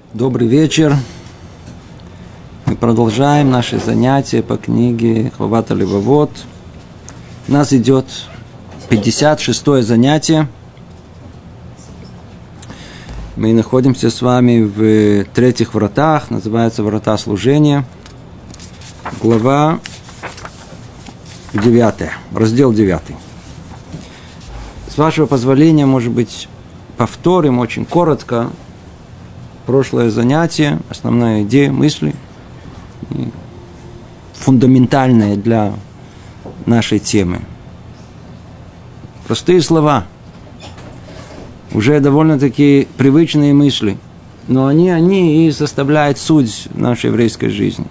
Добрый вечер. Мы продолжаем наши занятия по книге Хават Левавот. У нас идет 56-е занятие. Мы находимся с вами в третьих вратах, называется врата служения. Глава 9, раздел 9. С вашего позволения, может быть, повторим очень коротко прошлое занятие, основная идея, мысли, фундаментальные для нашей темы. Простые слова, уже довольно-таки привычные мысли, но они и составляют суть нашей еврейской жизни.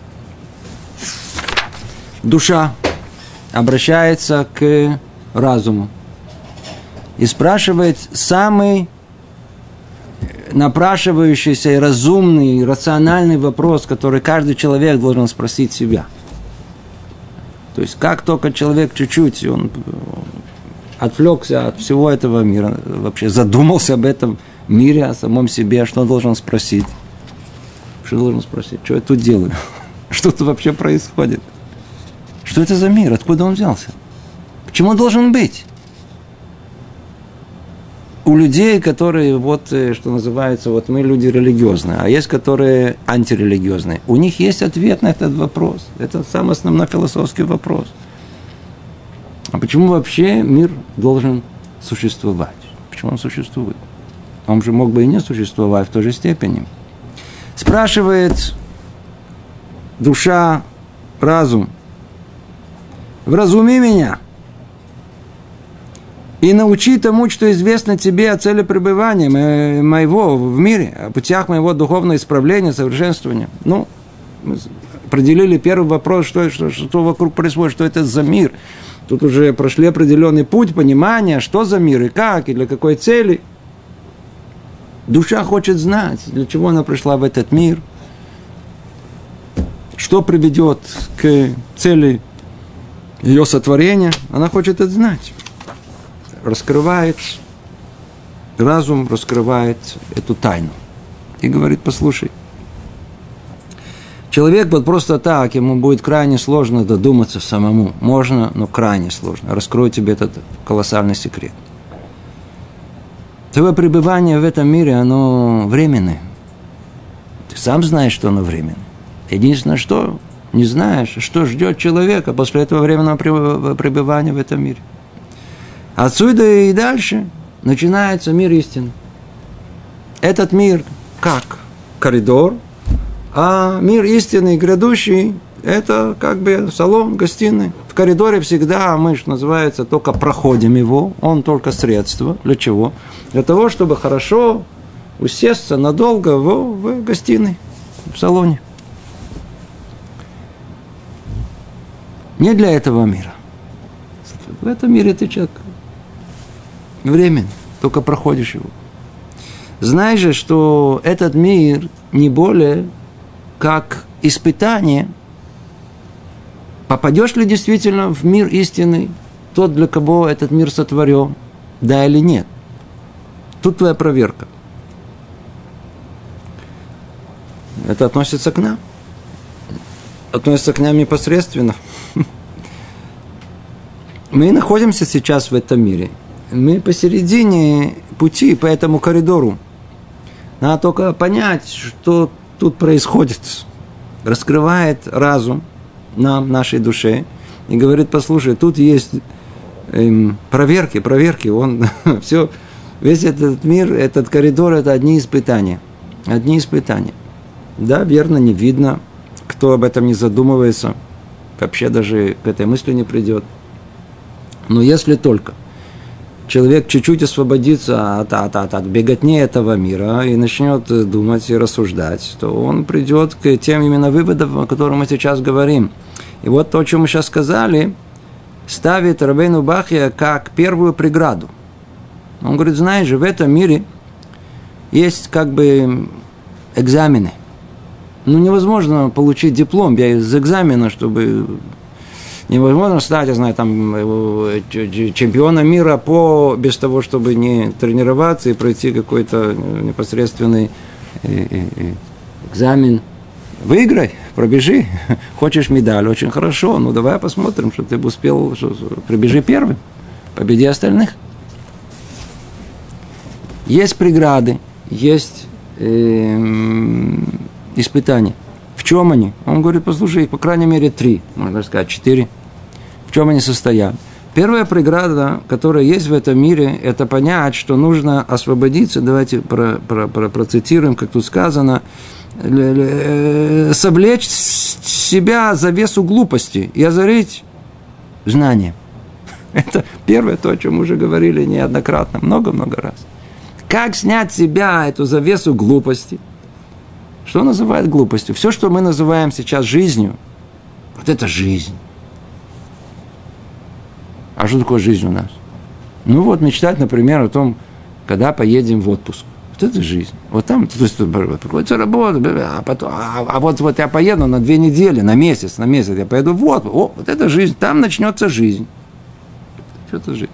Душа обращается к разуму и спрашивает самый напрашивающийся и разумный, и рациональный вопрос, который каждый человек должен спросить себя. То есть, как только человек чуть-чуть, он отвлекся от всего этого мира, вообще задумался об этом мире, о самом себе, что он должен спросить? Что должен спросить? Что я тут делаю? Что тут вообще происходит? Что это за мир? Откуда он взялся? Почему он должен быть? У людей, которые, что называется, мы люди религиозные, а есть, которые антирелигиозные, у них есть ответ на этот вопрос. Это самый основной философский вопрос. А почему вообще мир должен существовать? Почему он существует? Он же мог бы и не существовать в той же степени. Спрашивает душа, разум: вразуми меня и научи тому, что известно тебе о цели пребывания моего в мире, о путях моего духовного исправления, совершенствования. Мы определили первый вопрос, что вокруг происходит, что это за мир. Тут уже прошли определенный путь понимания, что за мир и как, и для какой цели. Душа хочет знать, для чего она пришла в этот мир, что приведет к цели ее сотворения. Она хочет это знать. Разум раскрывает эту тайну. И говорит: послушай, человек просто так, ему будет крайне сложно додуматься самому. Можно, но крайне сложно. Раскрою тебе этот колоссальный секрет. Твое пребывание в этом мире, оно временное. Ты сам знаешь, что оно временное. Единственное, что не знаешь, что ждет человека после этого временного пребывания в этом мире. Отсюда и дальше начинается мир истины. Этот мир как коридор, а мир истины грядущий – это как бы салон, гостиная. В коридоре всегда мы, что называется, только проходим его, он только средство. Для чего? Для того, чтобы хорошо усесться надолго в гостиной, в салоне. Не для этого мира. В этом мире ты человек временно, только проходишь его. Знай же, что этот мир не более как испытание. Попадешь ли действительно в мир истинный, тот, для кого этот мир сотворен, да или нет? Тут твоя проверка. Это относится к нам. Относится к нам непосредственно. Мы находимся сейчас в этом мире. Мы посередине пути по этому коридору. Надо только понять, что тут происходит. Раскрывает разум нам, нашей душе, и говорит: послушай, тут есть проверки. Все, весь этот мир, этот коридор – это одни испытания. Одни испытания. Да, верно, не видно. Кто об этом не задумывается, вообще даже к этой мысли не придет. Но если только человек чуть-чуть освободится от беготни этого мира и начнет думать и рассуждать, то он придет к тем именно выводам, о которых мы сейчас говорим. И вот то, о чем мы сейчас сказали, ставит Рабейну Бахья как первую преграду. Он говорит: знаешь же, в этом мире есть как бы экзамены. Невозможно получить диплом без экзамена, чтобы невозможно стать, я знаю, чемпионом мира без того, чтобы не тренироваться и пройти какой-то непосредственный экзамен выиграй, пробежи. Хочешь медаль, очень хорошо. Ну, давай посмотрим, что ты успел, пробежи первым, победи остальных. Есть преграды, есть испытания. В чем они? Он говорит, послушай, их по крайней мере 3, можно сказать 4. В чем они состоят? Первая преграда, которая есть в этом мире, это понять, что нужно освободиться. Давайте процитируем, как тут сказано. Совлечь себя завесу глупости и озарить знание. Это первое то, о чем мы уже говорили неоднократно, много-много раз. Как снять с себя эту завесу глупости? Что называют глупостью? Все, что мы называем сейчас жизнью, вот это жизнь. А что такое жизнь у нас? Ну вот, мечтать, например, о том, когда поедем в отпуск. Вот это жизнь. Вот там, то есть, приходится работать, а вот я поеду на 2 недели, на месяц, я поеду в отпуск. О, вот это жизнь, там начнется жизнь. Что-то жизнь.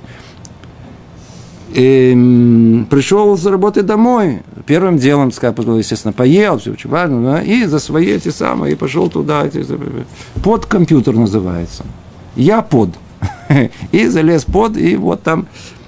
И пришел с работы домой, первым делом, естественно, поел, все очень важно, да, и за свои эти самые, и пошел туда, под компьютер называется. Я под. И залез под, и вот там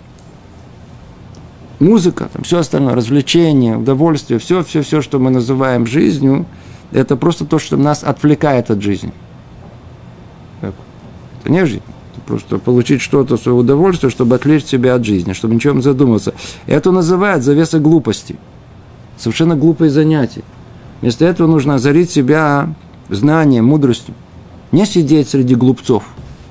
музыка, там все остальное, развлечение, удовольствие, все, что мы называем жизнью, это просто то, что нас отвлекает от жизни. Это не жизнь. Просто получить что-то, свое удовольствие, чтобы отвлечь себя от жизни, чтобы ничем не задумываться. Это называют завеса глупости. Совершенно глупые занятия. Вместо этого нужно озарить себя знанием, мудростью. Не сидеть среди глупцов,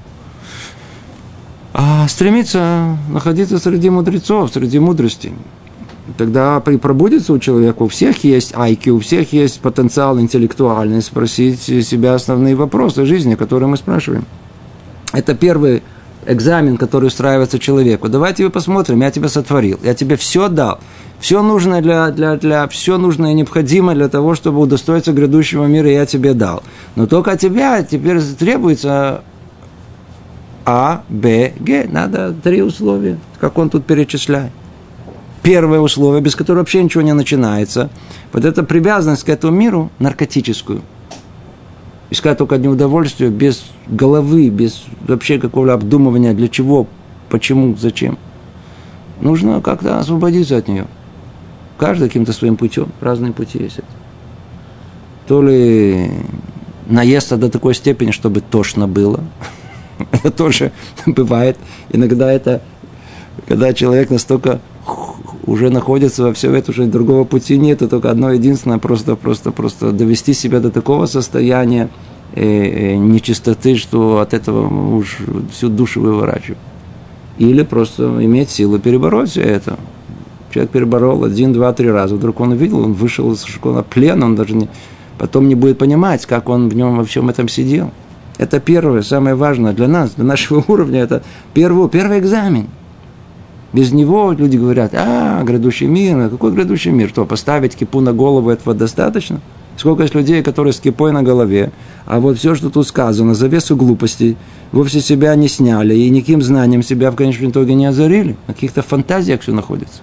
а стремиться находиться среди мудрецов, среди мудрости. Тогда пробудется у человека, у всех есть IQ, у всех есть потенциал интеллектуальный, спросить себя основные вопросы жизни, которые мы спрашиваем. Это первый экзамен, который устраивается человеку. Давайте посмотрим, я тебя сотворил, я тебе все дал. Все нужное все нужное и необходимое для того, чтобы удостоиться грядущего мира, я тебе дал. Но только от тебя теперь требуется А, Б, Г. Надо 3 условия, как он тут перечисляет. Первое условие, без которого вообще ничего не начинается, вот эта привязанность к этому миру наркотическую. Искать только одно удовольствие, без головы, без вообще какого-то обдумывания, для чего, почему, зачем. Нужно как-то освободиться от нее. Каждый каким-то своим путем, разные пути есть. То ли наесться до такой степени, чтобы тошно было. Это тоже бывает. Иногда это, когда человек настолько уже находится во всем этом, уже другого пути нет, и только одно единственное, просто довести себя до такого состояния нечистоты, что от этого уж всю душу выворачивает. Или просто иметь силу перебороть все это. Человек переборол 1, 2, 3 раза, вдруг он увидел, он вышел из школы плена, он даже потом не будет понимать, как он в нем во всем этом сидел. Это первое, самое важное для нас, для нашего уровня, это первый экзамен. Без него люди говорят, грядущий мир, какой грядущий мир? Что, поставить кипу на голову, этого достаточно? Сколько есть людей, которые с кипой на голове, а вот все, что тут сказано, завесу глупостей, вовсе себя не сняли, и никаким знанием себя в конечном итоге не озарили. На каких-то фантазиях все находится.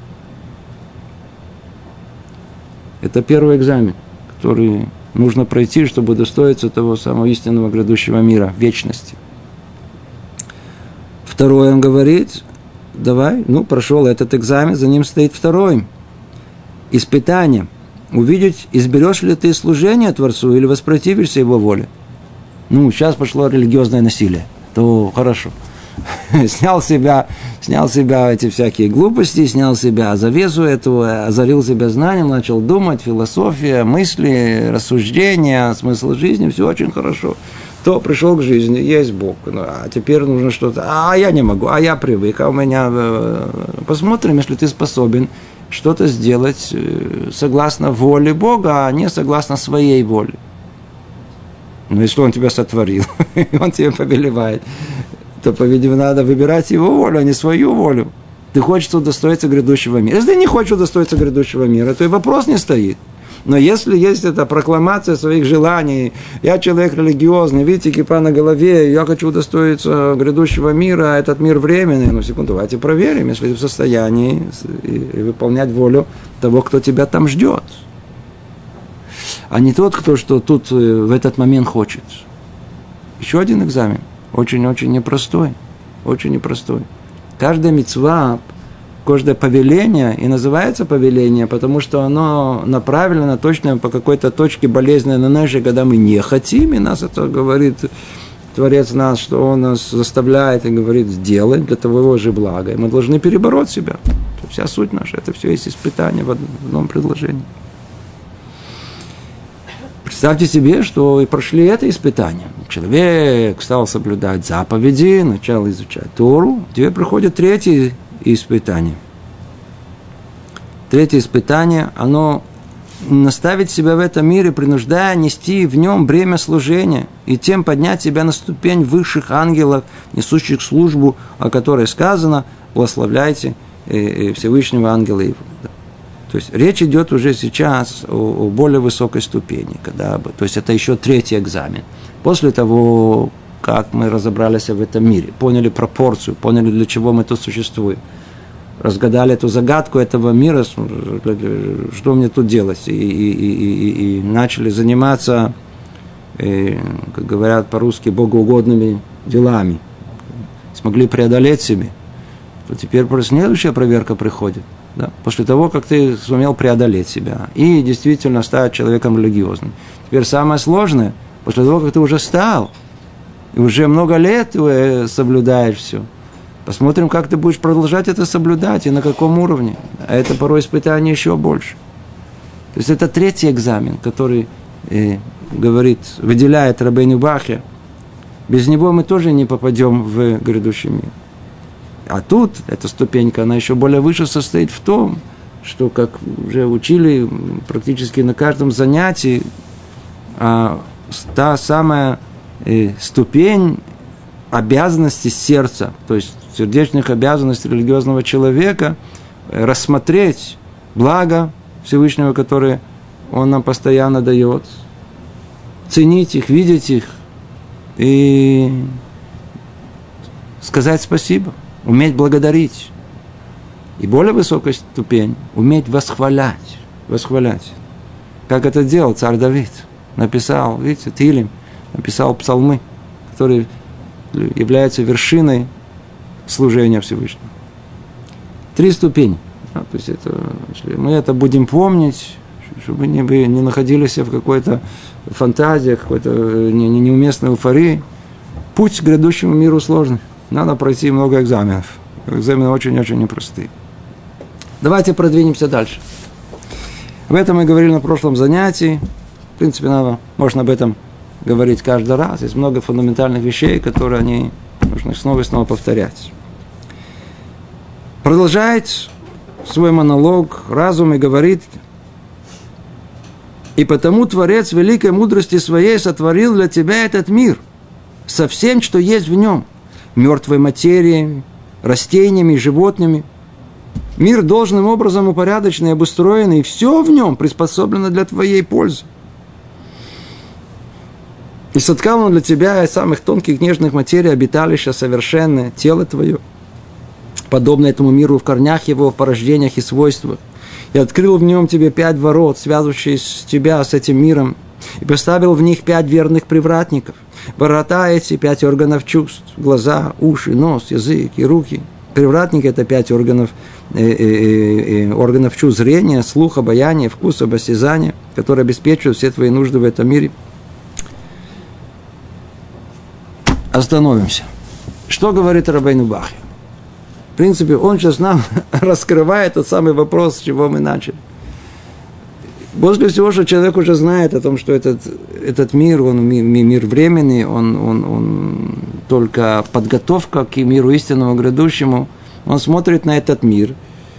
Это первый экзамен, который нужно пройти, чтобы удостоиться того самого истинного грядущего мира, вечности. Второе, он говорит, давай, прошел этот экзамен, за ним стоит второй. Испытание. Увидеть, изберешь ли ты служение Творцу или воспротивишься его воле. Сейчас пошло религиозное насилие. То хорошо. Снял с себя эти всякие глупости, снял с себя завесу эту, озарил себя знанием, начал думать, философия, мысли, рассуждения, смысл жизни, все очень хорошо. То пришел к жизни, есть Бог, а теперь нужно что-то, я не могу, я привык, у меня... Посмотрим, если ты способен что-то сделать согласно воле Бога, а не согласно своей воле. Если Он тебя сотворил, Он тебе повелевает, то, по-видимому, надо выбирать Его волю, а не свою волю. Ты хочешь удостоиться грядущего мира. Если ты не хочешь удостоиться грядущего мира, то и вопрос не стоит. Но если есть эта прокламация своих желаний, я человек религиозный, видите, кипа на голове, я хочу удостоиться грядущего мира, а этот мир временный, секунду, давайте проверим, если ты в состоянии выполнять волю того, кто тебя там ждет. а не тот, кто что тут в этот момент хочет. Еще один экзамен, очень-очень непростой, очень непростой. Каждая мицва, каждое повеление, и называется повеление, потому что оно направлено точно по какой-то точке болезненной на нашей, когда мы не хотим, и нас это говорит Творец нас, что Он нас заставляет и говорит сделать для того же блага. И мы должны перебороть себя. Вся суть наша, это все есть испытание в одном предложении. Представьте себе, что и прошли это испытание. Человек стал соблюдать заповеди, начал изучать Тору. Теперь приходит третье испытание. Третье испытание, оно наставить себя в этом мире, принуждая нести в нем бремя служения и тем поднять себя на ступень высших ангелов, несущих службу, о которой сказано, благословляйте Всевышнего ангела его. То есть речь идет уже сейчас о более высокой ступени, то есть это еще третий экзамен. После того, как мы разобрались в этом мире, поняли пропорцию, поняли, для чего мы тут существуем, разгадали эту загадку этого мира, что мне тут делать, и начали заниматься, как говорят по-русски, богоугодными делами, смогли преодолеть себе, то теперь следующая проверка приходит. Да? После того, как ты сумел преодолеть себя и действительно стать человеком религиозным. Теперь самое сложное, после того, как ты уже стал, и уже много лет соблюдаешь все, посмотрим, как ты будешь продолжать это соблюдать и на каком уровне. А это порой испытание еще больше. То есть это третий экзамен, который выделяет Рабейну Бахья. Без него мы тоже не попадем в грядущий мир. А тут эта ступенька, она еще более выше состоит в том, что, как уже учили практически на каждом занятии, та самая ступень обязанностей сердца, то есть сердечных обязанностей религиозного человека, рассмотреть благо Всевышнего, которое Он нам постоянно дает, ценить их, видеть их и сказать спасибо. Уметь благодарить. И более высокая ступень – уметь восхвалять. Восхвалять. Как это делал царь Давид? Написал, видите, Тилим, написал псалмы, которые являются вершиной служения Всевышнему. 3 ступени. То есть мы это будем помнить, чтобы не находились в какой-то фантазии, какой-то неуместной эйфории. Путь к грядущему миру сложный. Надо пройти много экзаменов. Экзамены очень-очень непростые. Давайте продвинемся дальше. Об этом мы говорили на прошлом занятии. В принципе, можно об этом говорить каждый раз. Есть много фундаментальных вещей, которые нужно снова и снова повторять. Продолжает свой монолог разум и говорит: «И потому Творец великой мудрости своей сотворил для тебя этот мир со всем, что есть в нем, мертвой материей, растениями и животными. Мир должным образом упорядоченный, обустроенный, и все в нем приспособлено для твоей пользы. И соткал он для тебя из самых тонких нежных материй обиталище совершенное, тело твое, подобно этому миру в корнях его, в порождениях и свойствах. И открыл в нем тебе 5 ворот, связывающие тебя с этим миром, и поставил в них 5 верных привратников. Ворота эти 5 органов чувств: глаза, уши, нос, язык и руки. Привратники – это 5 органов чувств: зрения, слух, обоняние, вкус, обосязание, которые обеспечивают все твои нужды в этом мире. Остановимся. Что говорит Рабейну Бахья? В принципе, он сейчас нам раскрывает тот самый вопрос, с чего мы начали. После всего, что человек уже знает о том, что этот мир, он мир временный, он только подготовка к миру истинному, грядущему, он смотрит на этот мир.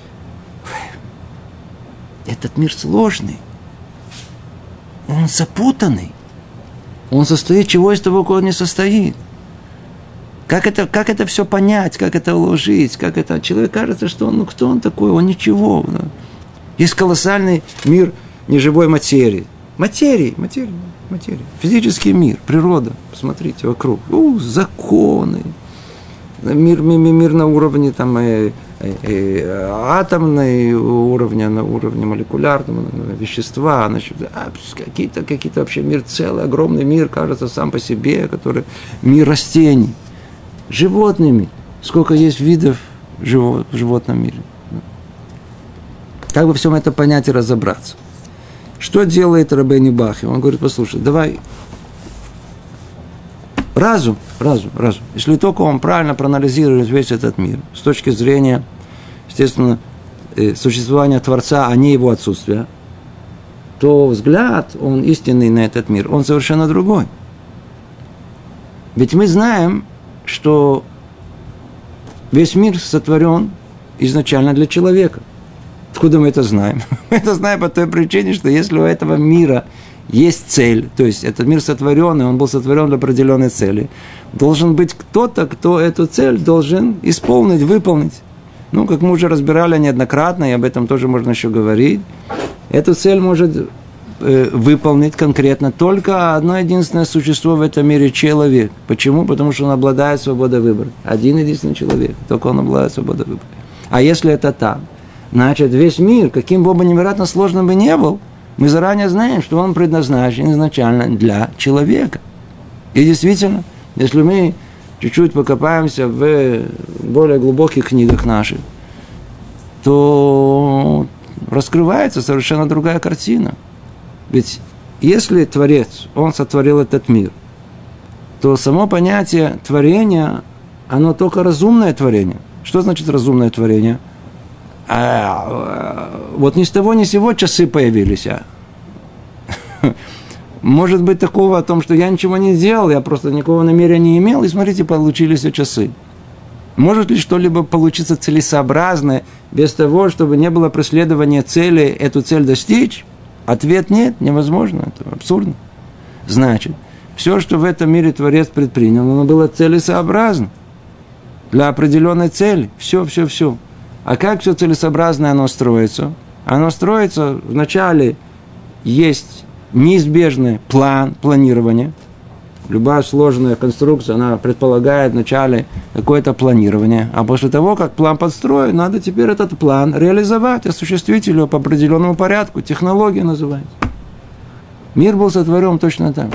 Этот мир сложный, он запутанный, он состоит чего из того, кого он не состоит. Как это все понять, как это уложить, как это... Человек кажется, что он, кто он такой, он ничего. Да? Есть колоссальный мир неживой материи. Материи. Физический мир, природа. Посмотрите вокруг. Законы. Мир на уровне атомной уровня, на уровне молекулярного вещества, значит, какие-то вообще мир целый, огромный мир, кажется, сам по себе, который мир растений, животный мир. Сколько есть видов в животном мире. Как бы всем это понять и разобраться. Что делает Рабейну Бахья? Он говорит, послушай, давай разум. Если только он правильно проанализирует весь этот мир, с точки зрения, естественно, существования Творца, а не его отсутствия, то взгляд, он истинный на этот мир, он совершенно другой. Ведь мы знаем, что весь мир сотворен изначально для человека. Откуда мы это знаем? Мы это знаем по той причине, что если у этого мира есть цель, то есть этот мир сотворенный, он был сотворен для определенной цели, должен быть кто-то, кто эту цель должен исполнить, выполнить. Ну, как мы уже разбирали неоднократно, и об этом тоже можно еще говорить, эту цель может выполнить конкретно только одно единственное существо в этом мире – человек. Почему? Потому что он обладает свободой выбора. Один единственный человек, только он обладает свободой выбора. А если это так, значит, весь мир, каким бы он невероятно сложным бы ни был, мы заранее знаем, что он предназначен изначально для человека. И действительно, если мы чуть-чуть покопаемся в более глубоких книгах наших, то раскрывается совершенно другая картина. Ведь если Творец, он сотворил этот мир, то само понятие творения, оно только разумное творение. Что значит разумное творение? Вот ни с того ни с сего часы появились. Может быть такого о том, что я ничего не делал, я просто никакого намерения не имел, и смотрите, получились часы. Может ли что-либо получиться целесообразное без того, чтобы не было преследования цели, эту цель достичь? Ответ нет, невозможно, это абсурдно. Значит, все, что в этом мире Творец предпринял, оно было целесообразно для определенной цели. Все. А как все целесообразное оно строится? Оно строится, вначале есть неизбежный планирование. Любая сложная конструкция, она предполагает вначале какое-то планирование. А после того, как план подстроен, надо теперь этот план реализовать, осуществить его по определенному порядку. Технология называется. Мир был сотворен точно так.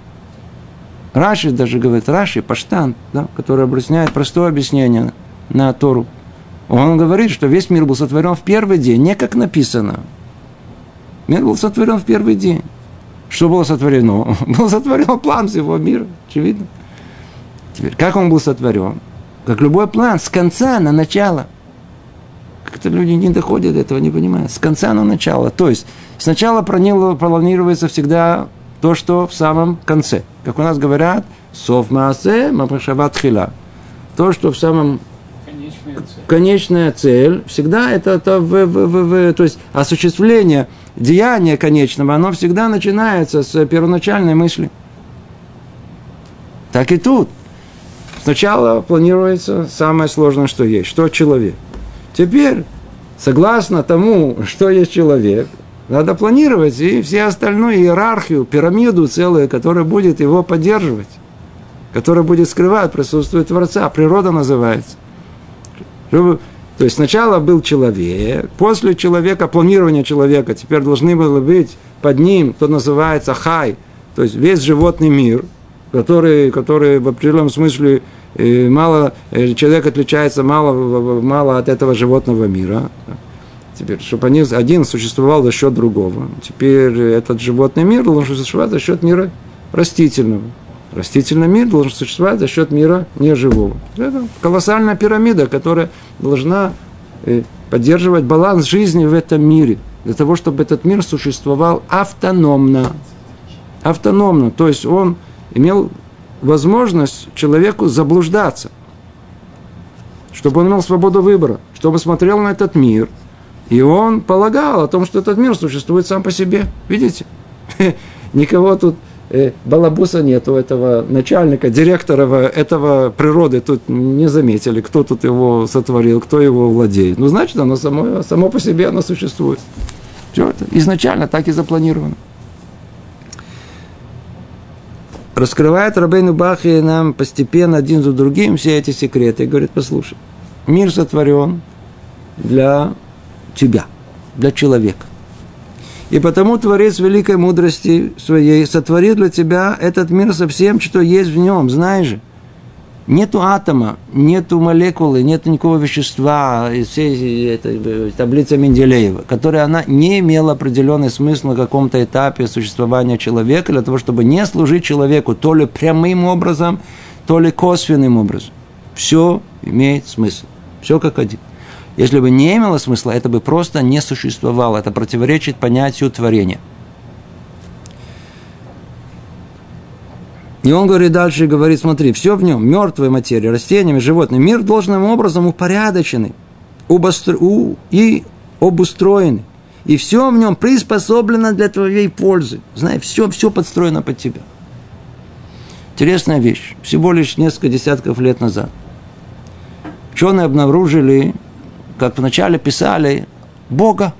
Раши даже говорит, Паштан, да, который объясняет простое объяснение на Тору. Он говорит, что весь мир был сотворен в первый день, не как написано. Мир был сотворен в первый день. Что было сотворено? Был сотворен план всего мира, очевидно. Теперь, как он был сотворен? Как любой план, с конца на начало. Как-то люди не доходят до этого, не понимают. С конца на начало. То есть, сначала планируется всегда то, что в самом конце. Как у нас говорят, сов маасе мапашават хила. То, что в самом... Конечная цель. Всегда это то есть осуществление деяния конечного, оно всегда начинается с первоначальной мысли. Так и тут. Сначала планируется самое сложное, что есть, что человек. Теперь, согласно тому, что есть человек, надо планировать и все остальную иерархию, пирамиду целую, которая будет его поддерживать, которая будет скрывать присутствие Творца. Природа называется. То есть сначала был человек, после человека, планирования человека, теперь должны были быть под ним, то называется хай, то есть весь животный мир, который в определенном смысле человек отличается мало от этого животного мира. Теперь, чтобы один существовал за счет другого. Теперь этот животный мир должен существовать за счет мира растительного. Растительный мир должен существовать за счет мира неживого. Это колоссальная пирамида, которая должна поддерживать баланс жизни в этом мире, для того, чтобы этот мир существовал автономно. Автономно, то есть он имел возможность человеку заблуждаться, чтобы он имел свободу выбора, чтобы смотрел на этот мир, и он полагал о том, что этот мир существует сам по себе. Видите? Никого тут балабуса нету, этого начальника, директора этого природы тут не заметили, кто тут его сотворил, кто его владеет. Ну, значит, оно само по себе оно существует. Все это изначально так и запланировано. Раскрывает Рабейну Бахья нам постепенно один за другим все эти секреты и говорит, послушай, мир сотворен для тебя, для человека. И потому Творец великой мудрости своей сотворил для тебя этот мир со всем, что есть в нем, знаешь же. Нету атома, нету молекулы, нету никакого вещества из всей этой таблицы Менделеева, которая она не имела определенный смысл на каком-то этапе существования человека для того, чтобы не служить человеку то ли прямым образом, то ли косвенным образом. Все имеет смысл. Все как один. Если бы не имело смысла, это бы просто не существовало. Это противоречит понятию творения. И он говорит дальше, говорит, смотри, все в нем, мертвая материя, растениями, животными, мир должным образом упорядоченный и обустроенный. И все в нем приспособлено для твоей пользы. Знай, все подстроено под тебя. Интересная вещь. Всего лишь несколько десятков лет назад ученые обнаружили, как вначале писали, Бога.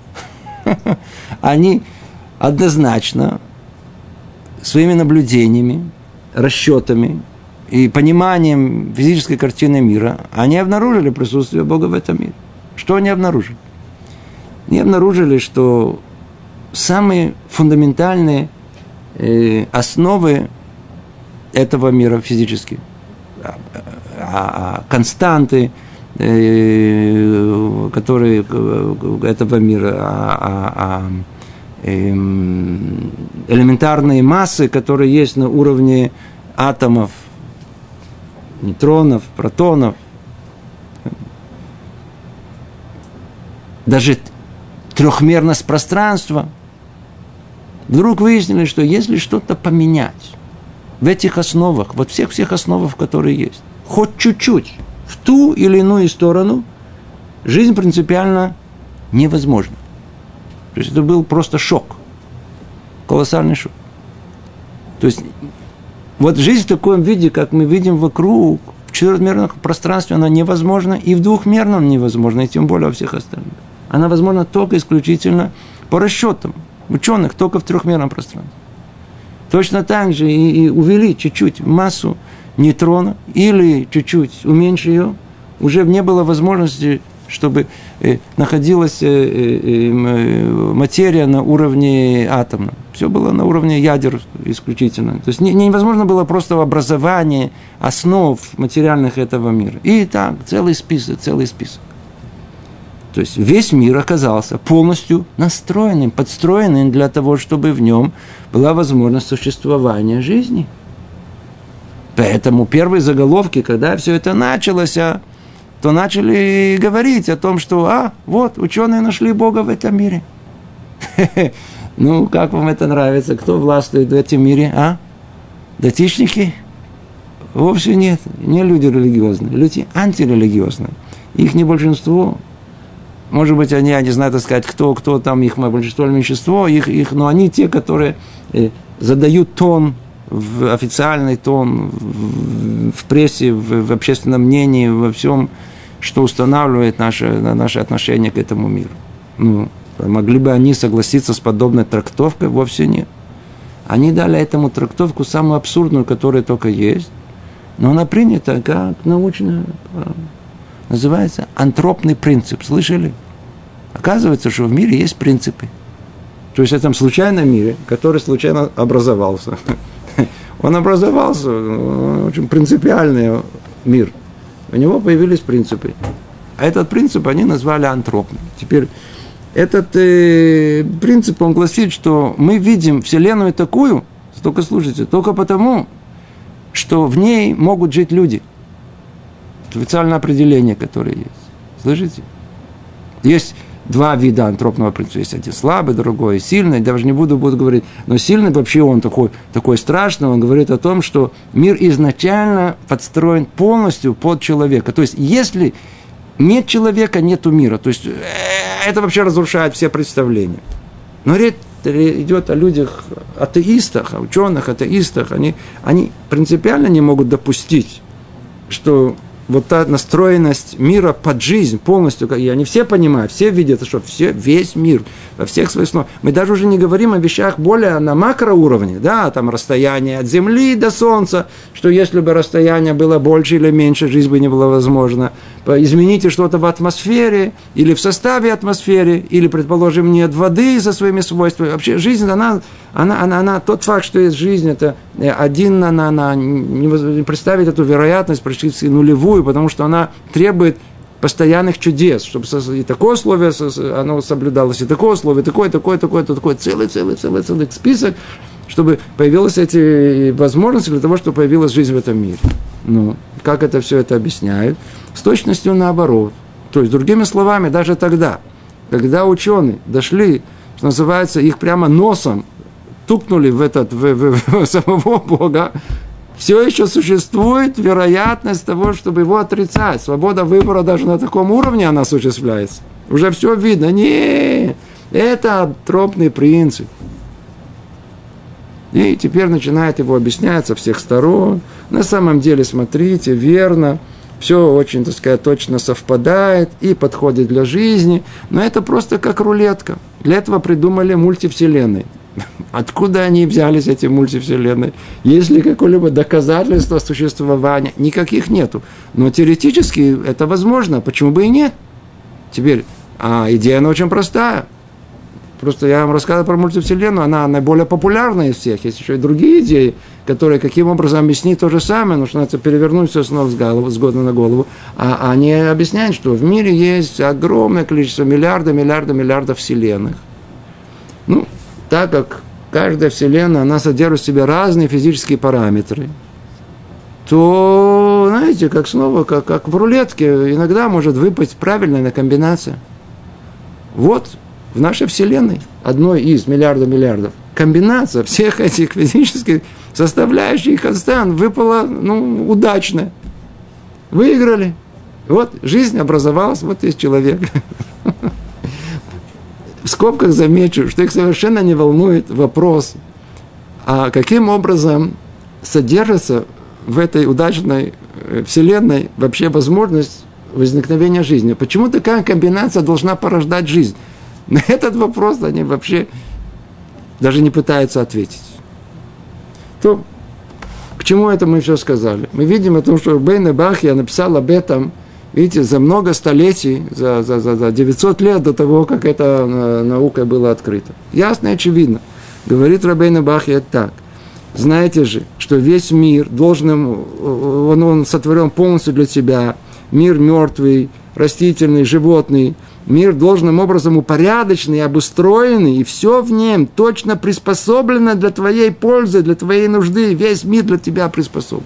Они однозначно своими наблюдениями, расчетами и пониманием физической картины мира, они обнаружили присутствие Бога в этом мире. Что они обнаружили? Они обнаружили, что самые фундаментальные основы этого мира физические, константы, которые этого мира, элементарные массы, которые есть на уровне атомов, нейтронов, протонов. Даже трехмерность пространства. Вдруг выяснили, что если что-то поменять в этих основах, вот всех основах, которые есть, хоть чуть-чуть, в ту или иную сторону, жизнь принципиально невозможна. То есть это был просто шок. Колоссальный шок. То есть вот жизнь в таком виде, как мы видим вокруг, в четырехмерном пространстве, она невозможна, и в двухмерном невозможна, и тем более во всех остальных. Она возможна только исключительно по расчетам ученых, только в трехмерном пространстве. Точно так же и увеличить чуть-чуть массу нейтрона или чуть-чуть уменьшить ее, уже не было возможности, чтобы находилась материя на уровне атомном. Все было на уровне ядер исключительно. То есть невозможно было просто образование основ материальных этого мира. И так, целый список. То есть весь мир оказался полностью настроенным, подстроенным для того, чтобы в нем была возможность существования жизни. Поэтому первые заголовки, когда все это началось, то начали говорить о том, что, вот, ученые нашли Бога в этом мире. Ну, как вам это нравится? Кто властвует в этом мире, Датичники? Вовсе нет. Не люди религиозные, люди антирелигиозные. Их не большинство. Может быть, они, я не знаю, так сказать, кто там их большинство или меньшинство, но они те, которые задают тон, в официальный тон, в прессе, в общественном мнении, во всем, что устанавливает наше отношение к этому миру. Ну, могли бы они согласиться с подобной трактовкой? Вовсе нет. Они дали этому трактовку самую абсурдную, которая только есть, но она принята как научная, называется антропный принцип. Слышали? Оказывается, что в мире есть принципы. То есть в этом случайном мире, который случайно образовался. Он образовался, очень принципиальный мир. У него появились принципы. А этот принцип они назвали антропным. Теперь этот принцип, он гласит, что мы видим Вселенную такую, только слушайте, только потому, что в ней могут жить люди. Это официальное определение, которое есть. Слышите? Есть два вида антропного принципа. Есть один слабый, другой сильный. Даже не буду говорить. Но сильный вообще он такой страшный. Он говорит о том, что мир изначально подстроен полностью под человека. То есть, если нет человека, нету мира. То есть, это вообще разрушает все представления. Но речь идет о людях, атеистах, о ученых, атеистах. Они принципиально не могут допустить, что вот та настроенность мира под жизнь полностью, и они все понимают, все видят, что весь мир, во всех своих снов. Мы даже уже не говорим о вещах более на макроуровне, да, там расстояние от Земли до Солнца, что если бы расстояние было больше или меньше, жизнь бы не была возможна. Измените что-то в атмосфере, или в составе атмосферы, или, предположим, нет воды со своими свойствами. Вообще жизнь, она тот факт, что есть жизнь, это не представить эту вероятность практически нулевую, потому что она требует постоянных чудес, чтобы и такое условие оно соблюдалось, и такое условие, такое, целый список, чтобы появились эти возможности для того, чтобы появилась жизнь в этом мире. Ну, как это все это объясняют? С точностью наоборот. То есть, другими словами, даже тогда, когда ученые дошли, что называется, их прямо носом тукнули в самого Бога, все еще существует вероятность того, чтобы его отрицать. Свобода выбора даже на таком уровне она осуществляется. Уже все видно. Нет, это тропный принцип. И теперь начинает его объяснять со всех сторон. На самом деле, смотрите, верно, все очень, так сказать, точно совпадает и подходит для жизни. Но это просто как рулетка. Для этого придумали мультивселенные. Откуда они взялись, эти мультивселенные? Есть ли какое-либо доказательство существования? Никаких нету. Но теоретически это возможно. Почему бы и нет? Теперь, идея, она очень простая. Просто я вам рассказывал про мультивселенную, она наиболее популярная из всех. Есть еще и другие идеи, которые каким образом объяснить то же самое, но что надо перевернуть все снова с года на голову. А они объясняют, что в мире есть огромное количество миллиардов вселенных. Ну, так как каждая вселенная, она содержит в себе разные физические параметры, то, знаете, как в рулетке, иногда может выпасть правильная комбинация. Вот в нашей вселенной, одной из миллиардов, комбинация всех этих физических составляющих констант выпала, удачно. Выиграли. Вот жизнь образовалась, вот есть человек. В скобках замечу, что их совершенно не волнует вопрос, а каким образом содержится в этой удачной вселенной вообще возможность возникновения жизни. Почему такая комбинация должна порождать жизнь? На этот вопрос они вообще даже не пытаются ответить. То, к чему это мы все сказали? Мы видим о том, что Рабейну Бахья написал об этом, видите, за много столетий, за 900 лет до того, как эта наука была открыта. Ясно и очевидно. Говорит Рабейну Бахья так. Знаете же, что весь мир он сотворен полностью для тебя. Мир мертвый, растительный, животный. Мир должным образом упорядоченный, обустроенный, и все в нем точно приспособлено для твоей пользы, для твоей нужды. Весь мир для тебя приспособлен.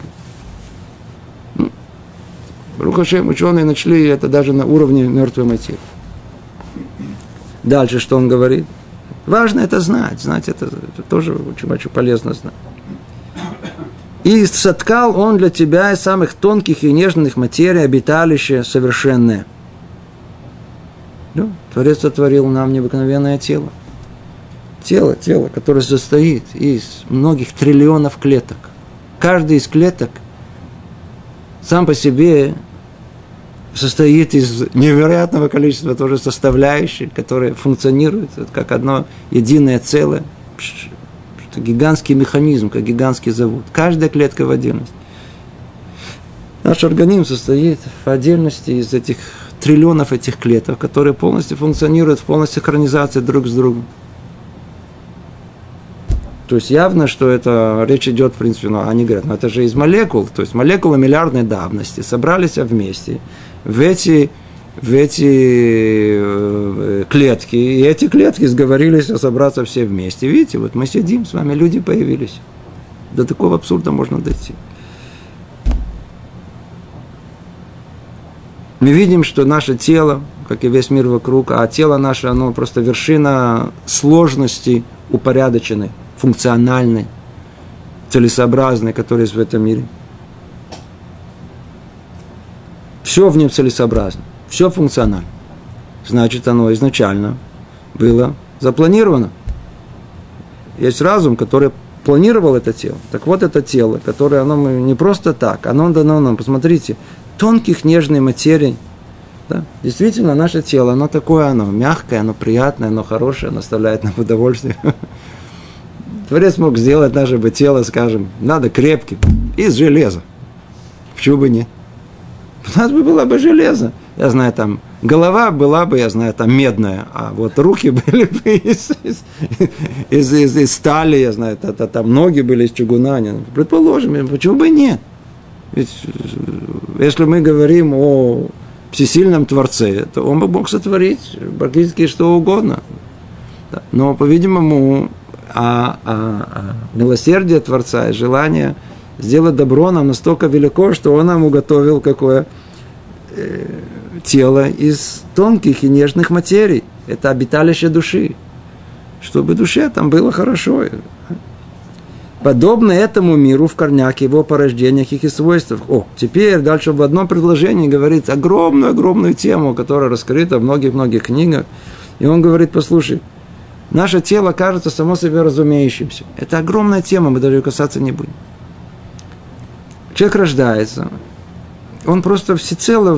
Барух Ашем, ученые нашли это даже на уровне мертвой материи. Дальше что он говорит? Важно это знать. Знать это тоже очень полезно знать. И соткал он для тебя из самых тонких и нежных материй обиталище совершенное. Творец сотворил нам необыкновенное тело. Тело, которое состоит из многих триллионов клеток. Каждый из клеток сам по себе состоит из невероятного количества тоже составляющих, которые функционируют как одно единое целое. Это гигантский механизм, как гигантский завод. Каждая клетка в отдельности. Наш организм состоит в отдельности из этих триллионов этих клеток, которые полностью функционируют в полной синхронизации друг с другом. То есть явно, что это речь идет, в принципе, они говорят, это же из молекул, то есть молекулы миллиардной давности собрались вместе в эти клетки, и эти клетки сговорились собраться все вместе. Видите, вот мы сидим, с вами люди появились. До такого абсурда можно дойти. Мы видим, что наше тело, как и весь мир вокруг, а тело наше, оно просто вершина сложности упорядоченной, функциональной, целесообразной, которая есть в этом мире. Все в нем целесообразно, все функционально. Значит, оно изначально было запланировано. Есть разум, который планировал это тело. Так вот, это тело, которое оно не просто так, оно дано нам, посмотрите, тонких нежной материи. Да? Действительно, наше тело, оно такое, оно мягкое, оно приятное, оно хорошее, оно доставляет нам удовольствие. Творец мог сделать наше бы тело, скажем, надо крепким, из железа. Почему бы нет? У нас бы было бы железо. Я знаю, там, голова была бы, я знаю, там, медная, а вот руки были бы из стали, я знаю, там ноги были из чугуна. Предположим, почему бы нет? Ведь, если мы говорим о всесильном Творце, то он бы мог сотворить практически что угодно. Но, по-видимому, милосердие Творца и желание сделать добро нам настолько велико, что он нам уготовил какое тело из тонких и нежных материй. Это обиталище души. Чтобы душе там было хорошо. Подобно этому миру в корнях, его порождениях, их и свойствах. Теперь дальше в одном предложении говорит огромную тему, которая раскрыта в многих-многих книгах. И он говорит, послушай, наше тело кажется само себе разумеющимся. Это огромная тема, мы даже ее касаться не будем. Человек рождается, он просто всецело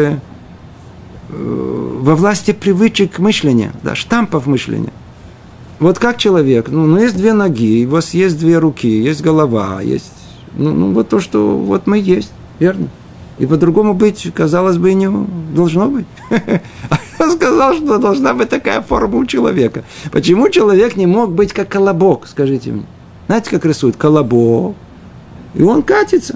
во власти привычек мышления, да, штампов мышления. Вот как человек, есть две ноги, у вас есть две руки, есть голова, есть, вот то, что вот мы есть, верно? И по-другому быть, казалось бы, и не должно быть. А я сказал, что должна быть такая форма у человека. Почему человек не мог быть как колобок, скажите мне? Знаете, как рисуют? Колобок. И он катится.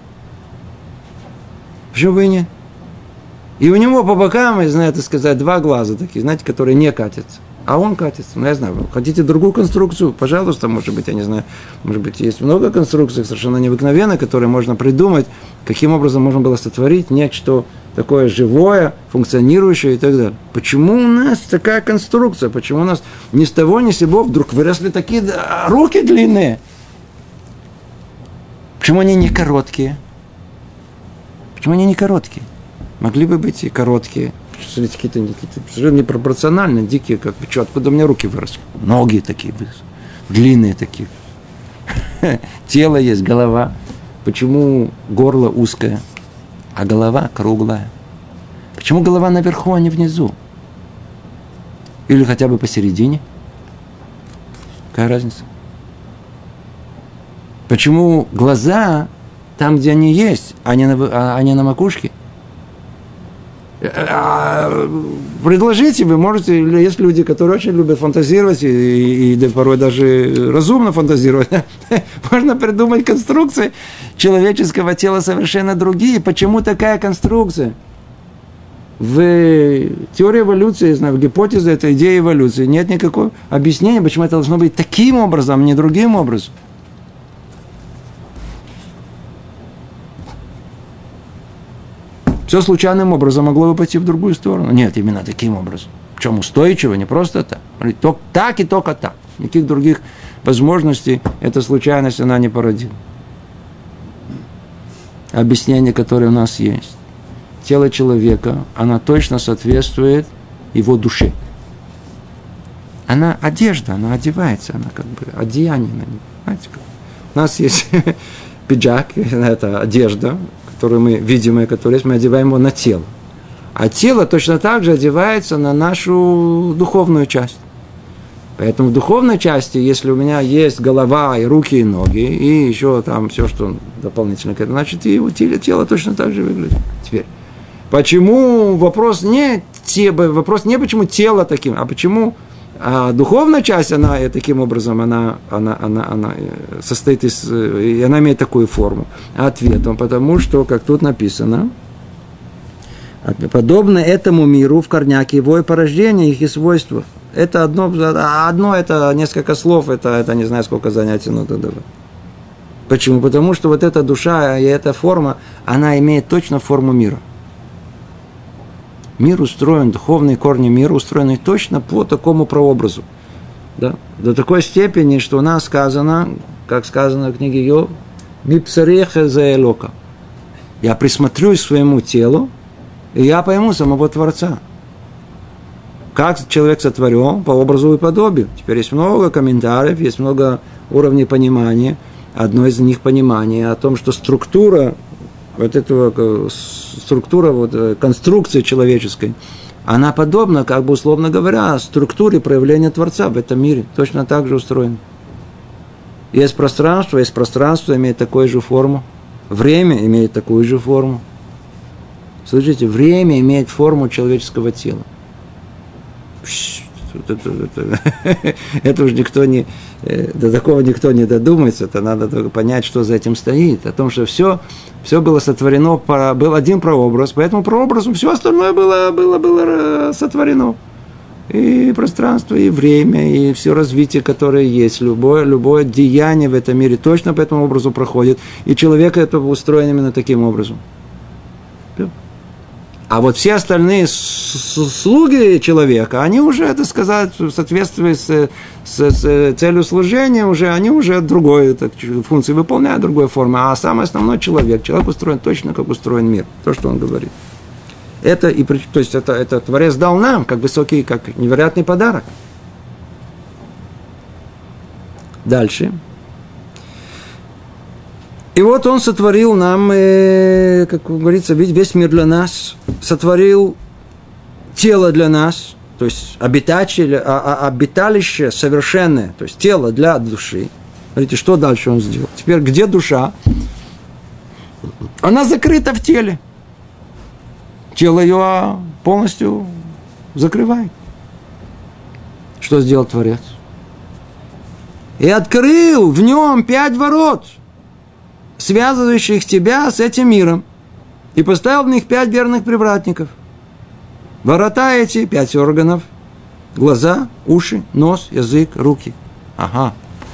Почему бы и нет? И у него по бокам, я знаю, это сказать, два глаза такие, знаете, которые не катятся. А он катится. Я знаю, хотите другую конструкцию? Пожалуйста, может быть, я не знаю. Может быть, есть много конструкций совершенно необыкновенных, которые можно придумать, каким образом можно было сотворить нечто такое живое, функционирующее и так далее. Почему у нас такая конструкция? Почему у нас ни с того, ни с сего вдруг выросли такие руки длинные? Почему они не короткие? Почему они не короткие? Могли бы быть и короткие. Смотрите, какие-то совершенно непропорционально дикие, как бы, откуда у меня руки выросли? Ноги такие, длинные такие. Тело есть, голова. Почему горло узкое, а голова круглая? Почему голова наверху, а не внизу? Или хотя бы посередине? Какая разница? Почему глаза там, где они есть, а не на макушке? Предложите, вы можете, есть люди, которые очень любят фантазировать и порой даже разумно фантазировать. Можно придумать конструкции человеческого тела совершенно другие. Почему такая конструкция? В теории эволюции, в гипотезе этой идеи эволюции нет никакого объяснения, почему это должно быть таким образом, а не другим образом. Все случайным образом могло бы пойти в другую сторону. Нет, именно таким образом. Причем устойчиво, не просто так. Так и только так. Никаких других возможностей эта случайность она не породила. Объяснение, которое у нас есть. Тело человека, оно точно соответствует его душе. Она одежда, она одевается, она как бы одеяние на нее. Знаете, как? У нас есть пиджак, это одежда, которую мы видим, и которую есть, мы одеваем его на тело. А тело точно так же одевается на нашу духовную часть. Поэтому в духовной части, если у меня есть голова и руки, и ноги, и еще там все, что дополнительно, значит, и его тело точно так же выглядит. Теперь, почему вопрос не почему тело таким, а почему духовная часть, она таким образом, она состоит из, и она имеет такую форму. Ответом, потому что, как тут написано, подобно этому миру в корнях его и порождения, их и свойства. Это одно это несколько слов, это не знаю, сколько занятий надо давать. Почему? Потому что вот эта душа и эта форма, она имеет точно форму мира. Мир устроен, духовные корни мира устроены точно по такому прообразу. Да? До такой степени, что у нас сказано, как сказано в книге Йов, «Мипсареха заэлока». Я присмотрюсь к своему телу, и я пойму самого Творца. Как человек сотворен по образу и подобию. Теперь есть много комментариев, есть много уровней понимания. Одно из них понимание о том, что структура вот эта структура, вот, конструкции человеческой, она подобна, как бы условно говоря, структуре проявления Творца в этом мире. Точно так же устроена. Есть пространство имеет такую же форму. Время имеет такую же форму. Слышите, время имеет форму человеческого тела. Это уж никто не... До такого никто не додумается. Это надо только понять, что за этим стоит. О том, что все было сотворено, был один прообраз. По этому прообразу все остальное было сотворено. И пространство, и время, и все развитие, которое есть. Любое деяние в этом мире точно по этому образу проходит. И человек это устроен именно таким образом. А вот все остальные слуги человека, они уже, так сказать, в соответствии с целью служения, они уже другой функции выполняют, другой формы. А самый основной человек устроен точно, как устроен мир. То, что он говорит. То есть это Творец дал нам, как высокий, как невероятный подарок. Дальше. И вот он сотворил нам, как говорится, весь мир для нас, сотворил тело для нас, то есть обиталище совершенное, то есть тело для души. Смотрите, что дальше он сделал. Теперь, где душа? Она закрыта в теле. Тело ее полностью закрывает. Что сделал Творец? И открыл в нем 5 ворот, связывающих тебя с этим миром, и поставил в них 5 верных привратников. Ворота эти, 5 органов: глаза, уши, нос, язык, руки. Ага.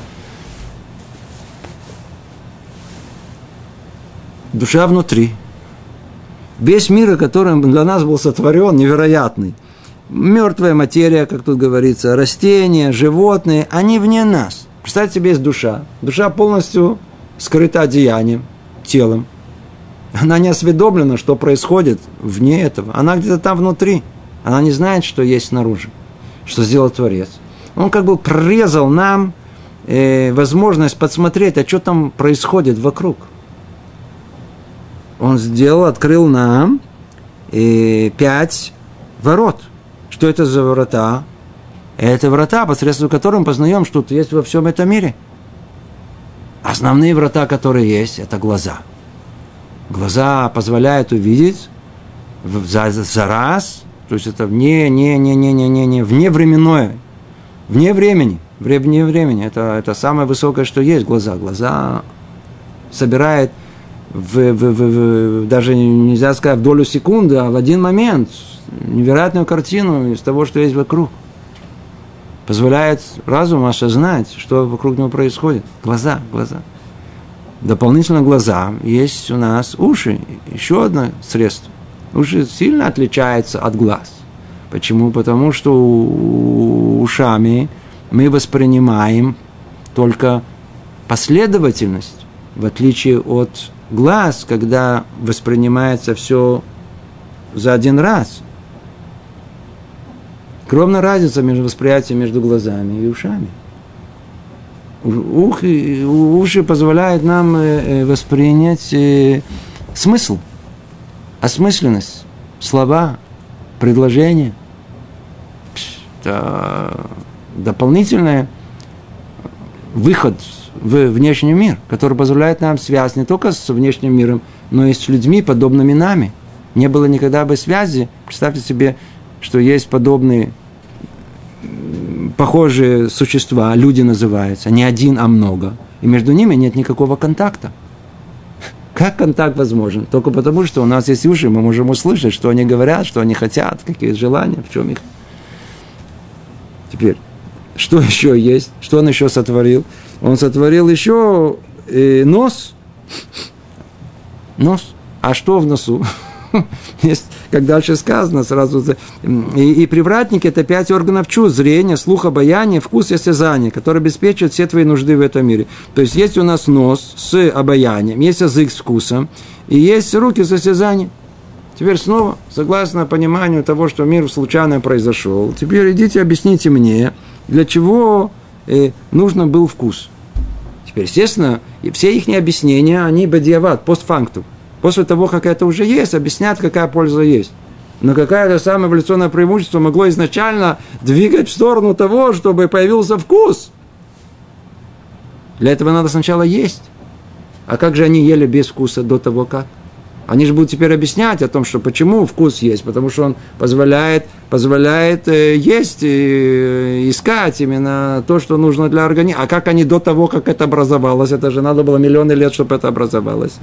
Душа внутри. Весь мир, который для нас был сотворен, невероятный. Мертвая материя, как тут говорится, растения, животные, они вне нас. Представьте себе, есть душа. Душа полностью скрыта одеянием, телом. Она не осведомлена, что происходит вне этого. Она где-то там внутри. Она не знает, что есть снаружи. Что сделал Творец. Он как бы прорезал нам возможность подсмотреть, а что там происходит вокруг. Он открыл нам 5 ворот. Что это за ворота? Это врата, посредством которых мы познаем, что есть во всем этом мире. Основные врата, которые есть, это глаза. Глаза позволяют увидеть за раз, то есть это вневременное, вне времени. Вне времени. Это самое высокое, что есть, глаза. Глаза собирают даже нельзя сказать в долю секунды, а в один момент невероятную картину из того, что есть вокруг. Позволяет разуму осознать, что вокруг него происходит. Глаза. Дополнительно глаза есть у нас уши. Еще одно средство. Уши сильно отличаются от глаз. Почему? Потому что ушами мы воспринимаем только последовательность, в отличие от глаз, когда воспринимается все за один раз. Огромная разница между восприятием между глазами и ушами. Уши позволяют нам воспринять смысл, осмысленность, слова, предложения. Это дополнительный выход в внешний мир, который позволяет нам связь не только с внешним миром, но и с людьми, подобными нами. Не было никогда бы связи. Представьте себе, что есть подобные похожие существа, люди называются, не один, а много. И между ними нет никакого контакта. Как контакт возможен? Только потому, что у нас есть уши, мы можем услышать, что они говорят, что они хотят, какие желания, в чем их. Теперь, что еще есть? Что он еще сотворил? Он сотворил еще нос. Нос. А что в носу? Есть, как дальше сказано, сразу. И привратники – это 5 органов чувств: зрение, слух, обоняние, вкус и осязание, которые обеспечивают все твои нужды в этом мире. То есть, есть у нас нос с обоянием, есть язык с вкусом, и есть руки с осязанием. Теперь снова, согласно пониманию того, что мир случайно произошел, теперь идите объясните мне, для чего нужен был вкус. Теперь, естественно, все их объяснения, они бадиават, постфактум. после того, как это уже есть, объяснят, какая польза есть. Но какое-то самое эволюционное преимущество могло изначально двигать в сторону того, чтобы появился вкус. Для этого надо сначала есть. А как же они ели без вкуса до того, как? Они же будут теперь объяснять о том, что почему вкус есть. Потому что он позволяет есть и искать именно то, что нужно для организма. А как они до того, как это образовалось? Это же надо было миллионы лет, чтобы это образовалось.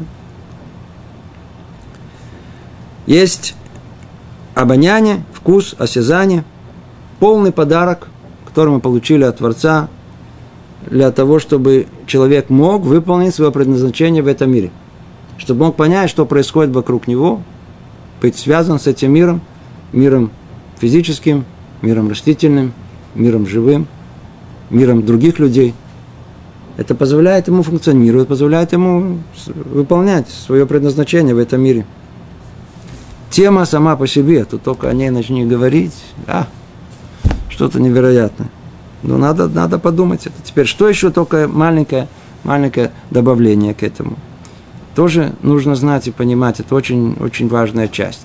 Есть обоняние, вкус, осязание. Полный подарок, который мы получили от Творца, для того, чтобы человек мог выполнить свое предназначение в этом мире. Чтобы мог понять, что происходит вокруг него, быть связан с этим миром, миром физическим, миром растительным, миром живым, миром других людей. Это позволяет ему функционировать, позволяет ему выполнять свое предназначение в этом мире. Тема сама по себе, тут только о ней начни говорить, что-то невероятное. Но надо подумать это. Теперь, что еще только маленькое добавление к этому. Тоже нужно знать и понимать, это очень, очень важная часть.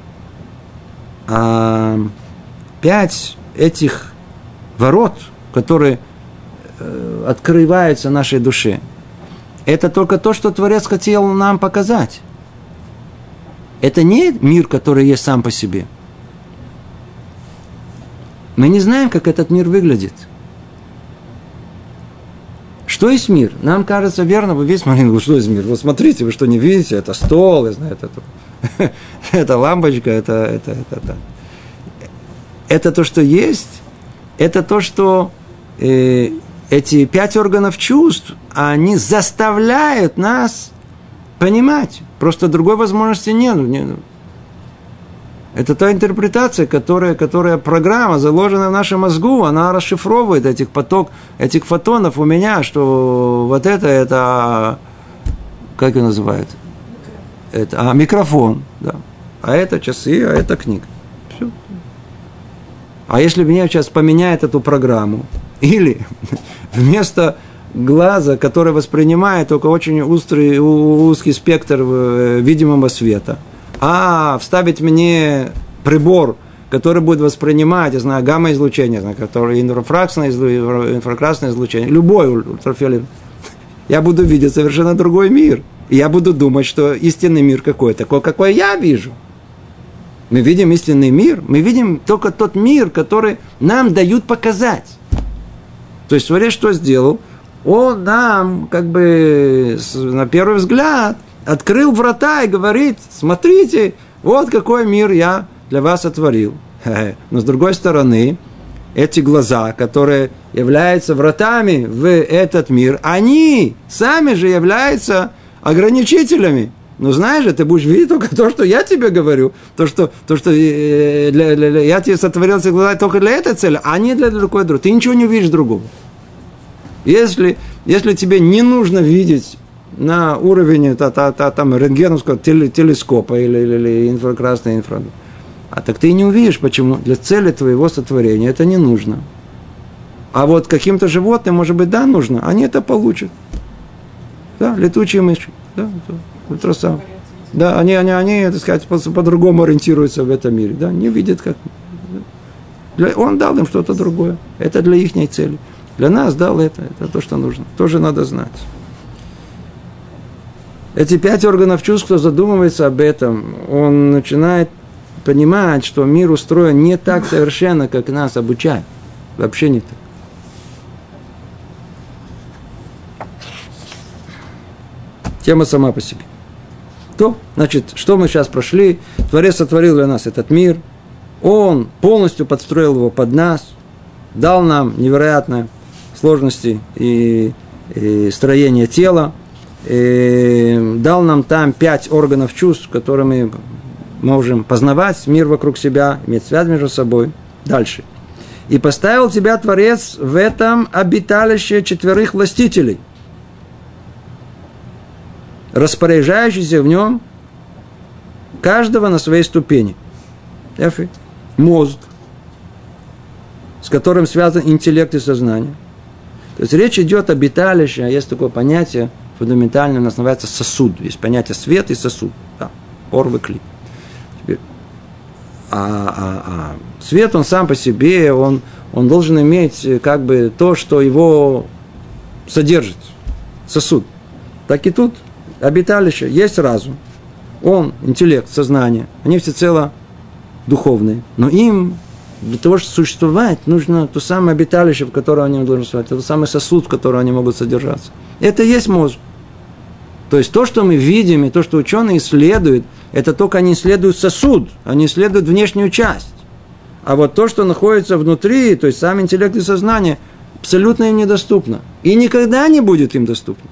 5 этих ворот, которые открываются нашей душе, это только то, что Творец хотел нам показать. Это не мир, который есть сам по себе. Мы не знаем, как этот мир выглядит. Что есть мир? Нам кажется верно, вы видите, смотрите, что есть мир? Вот смотрите, вы что, не видите? Это стол, я знаю, это лампочка, это. Это то, что есть, это то, что эти 5 органов чувств, они заставляют нас понимать. Просто другой возможности нет. Это та интерпретация, которая программа, заложенная в нашем мозгу, она расшифровывает этих фотонов у меня, что вот это как его называют? Это микрофон, да. А это часы, а это книга. Все. А если мне сейчас поменяет эту программу, или вместо глаза, который воспринимает только очень узкий спектр видимого света, вставить мне прибор, который будет воспринимать, я знаю, гамма-излучение, который инфракрасное излучение, любой ультрафиолет, я буду видеть совершенно другой мир. И я буду думать, что истинный мир какой, такой, какой я вижу. Мы видим истинный мир, мы видим только тот мир, который нам дают показать. То есть, смотри, что сделал. Он нам, на первый взгляд, открыл врата и говорит, смотрите, вот какой мир я для вас сотворил. Но с другой стороны, эти глаза, которые являются вратами в этот мир, они сами же являются ограничителями. Но знаешь же, ты будешь видеть только то, что я тебе говорю, то, что я тебе сотворил эти глаза только для этой цели, а не для другой. Ты ничего не увидишь другого. Если тебе не нужно видеть на уровне рентгеновского телескопа или инфракрасного инфракрасного, так ты и не увидишь, почему. Для цели твоего сотворения это не нужно. А вот каким-то животным, может быть, да, нужно, они это получат. Да, летучие мыши, да, ультрасаунд. Да, они, так сказать, по-другому ориентируются в этом мире, да, не видят, как. Он дал им что-то другое. Это для их цели. Для нас дал это то, что нужно. Тоже надо знать. Эти 5 органов чувств, кто задумывается об этом, он начинает понимать, что мир устроен не так совершенно, как нас обучают. Вообще не так. Тема сама по себе. Значит, что мы сейчас прошли? Творец сотворил для нас этот мир. Он полностью подстроил его под нас. Дал нам невероятные сложности и строение тела. Дал нам там 5 органов чувств, которыми можем познавать мир вокруг себя, иметь связь между собой. Дальше. И поставил тебя Творец в этом обиталище 4 властителей, распоряжающийся в нем каждого на своей ступени. Мозг, с которым связан интеллект и сознание. То есть речь идет об обиталище, есть такое понятие фундаментальный у нас называется сосуд. Есть понятие свет и сосуд. Да. Орвы кли. Теперь. Свет, он сам по себе, он должен иметь как бы то, что его содержит. Сосуд. Так и тут обиталище. Есть разум. Он, интеллект, сознание. Они всецело духовные. Но им для того, чтобы существовать, нужно то самое обиталище, в котором они должны существовать, тот самый сосуд, в котором они могут содержаться. Это и есть мозг. То есть то, что мы видим, и то, что ученые исследуют, это только они исследуют сосуд, они исследуют внешнюю часть. А вот то, что находится внутри, то есть сам интеллект и сознание, абсолютно им недоступно. И никогда не будет им доступно.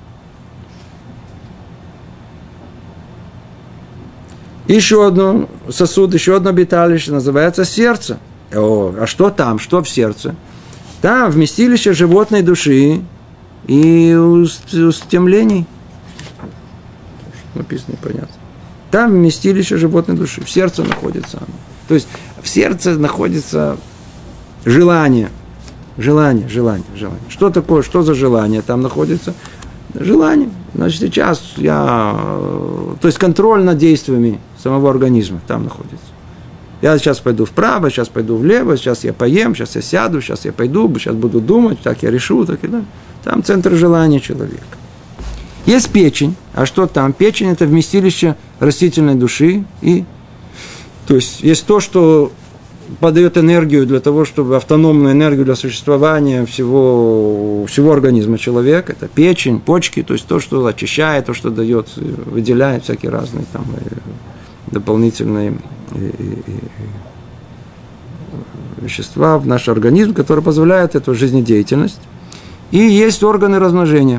Еще один сосуд, еще одно обиталище называется сердце. А что там? Что в сердце? Там вместилище животной души и устремлений. Написано непонятно. Там вместилище животной души. В сердце находится оно. То есть в сердце находится желание. Желание. Что такое, что за желание там находится? Желание. Значит, сейчас то есть контроль над действиями самого организма там находится. Я сейчас пойду вправо, сейчас пойду влево, сейчас я поем, сейчас я сяду, сейчас я пойду, сейчас буду думать, так я решу, так и да. Там центр желания человека. Есть печень. А что там? Печень – это вместилище растительной души. То есть есть то, что подает энергию для того, чтобы автономную энергию для существования всего организма человека. Это печень, почки, то есть то, что очищает, то, что дает, выделяет всякие разные там дополнительные вещества в наш организм, которые позволяют эту жизнедеятельность. И есть органы размножения.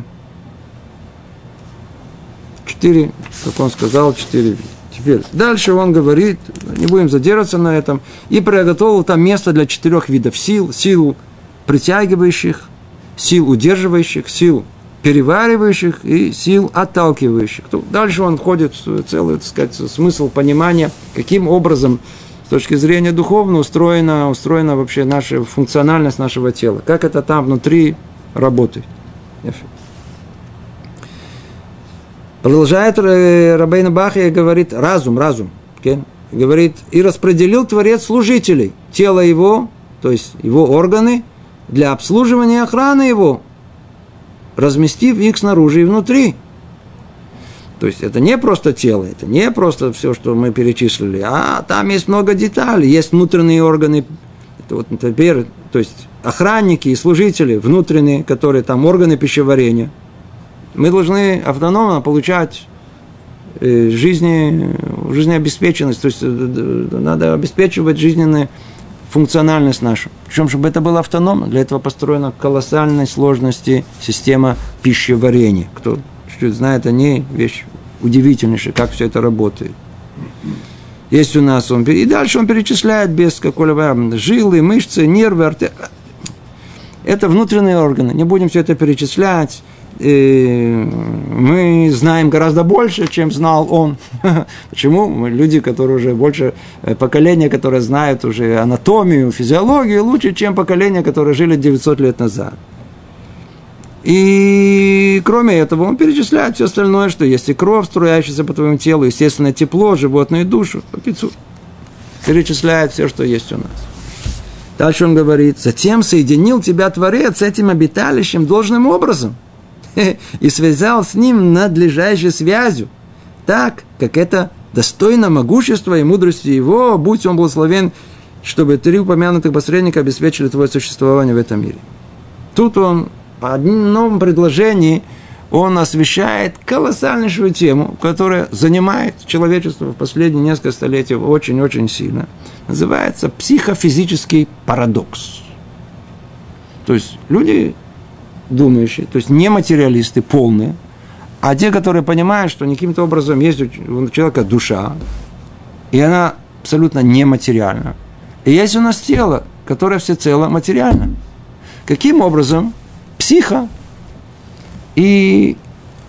4, как он сказал, 4 вида. Теперь дальше он говорит, не будем задерживаться на этом, и приготовил там место для 4 видов сил. Сил притягивающих, сил удерживающих, сил переваривающих и сил отталкивающих. Дальше он входит в целый, так сказать, смысл понимания, каким образом с точки зрения духовного устроена вообще наша функциональность нашего тела. Как это там внутри работает. Продолжает Рабейну Бахья и говорит, разум, okay? Говорит, и распределил Творец служителей, тело его, то есть его органы, для обслуживания и охраны его, разместив их снаружи и внутри. То есть это не просто тело, это не просто все, что мы перечислили, а там есть много деталей, есть внутренние органы, это вот, например, то есть охранники и служители внутренние, которые там органы пищеварения. Мы должны автономно получать жизнеобеспеченность, то есть надо обеспечивать жизненную функциональность нашу. Причем, чтобы это было автономно, для этого построена колоссальной сложности система пищеварения. Кто чуть-чуть знает о ней, вещь удивительнейшая, как все это работает. Есть у нас, и дальше он перечисляет без какой-либо жилы, мышцы, нервы, артерии. Это внутренние органы, не будем все это перечислять. Мы знаем гораздо больше, чем знал он. Почему? Мы люди, которые уже больше поколения, которые знают уже анатомию, физиологию, лучше, чем поколения, которые жили 900 лет назад. И кроме этого, он перечисляет все остальное, что есть и кровь, струящаяся по твоему телу, естественное тепло, животную душу. Перечисляет все, что есть у нас. Дальше он говорит, затем соединил тебя Творец с этим обиталищем должным образом и связал с ним надлежащей связью, так, как это достойно могущества и мудрости его, будь он благословен, чтобы 3 упомянутых посредника обеспечили твое существование в этом мире. Тут он, по одном предложении, он освещает колоссальнейшую тему, которая занимает человечество в последние несколько столетий очень-очень сильно. Называется психофизический парадокс. То есть люди думающие, то есть не материалисты полные, а те, которые понимают, что каким-то образом есть у человека душа, и она абсолютно нематериальна. И есть у нас тело, которое всецело материально. Каким образом психа и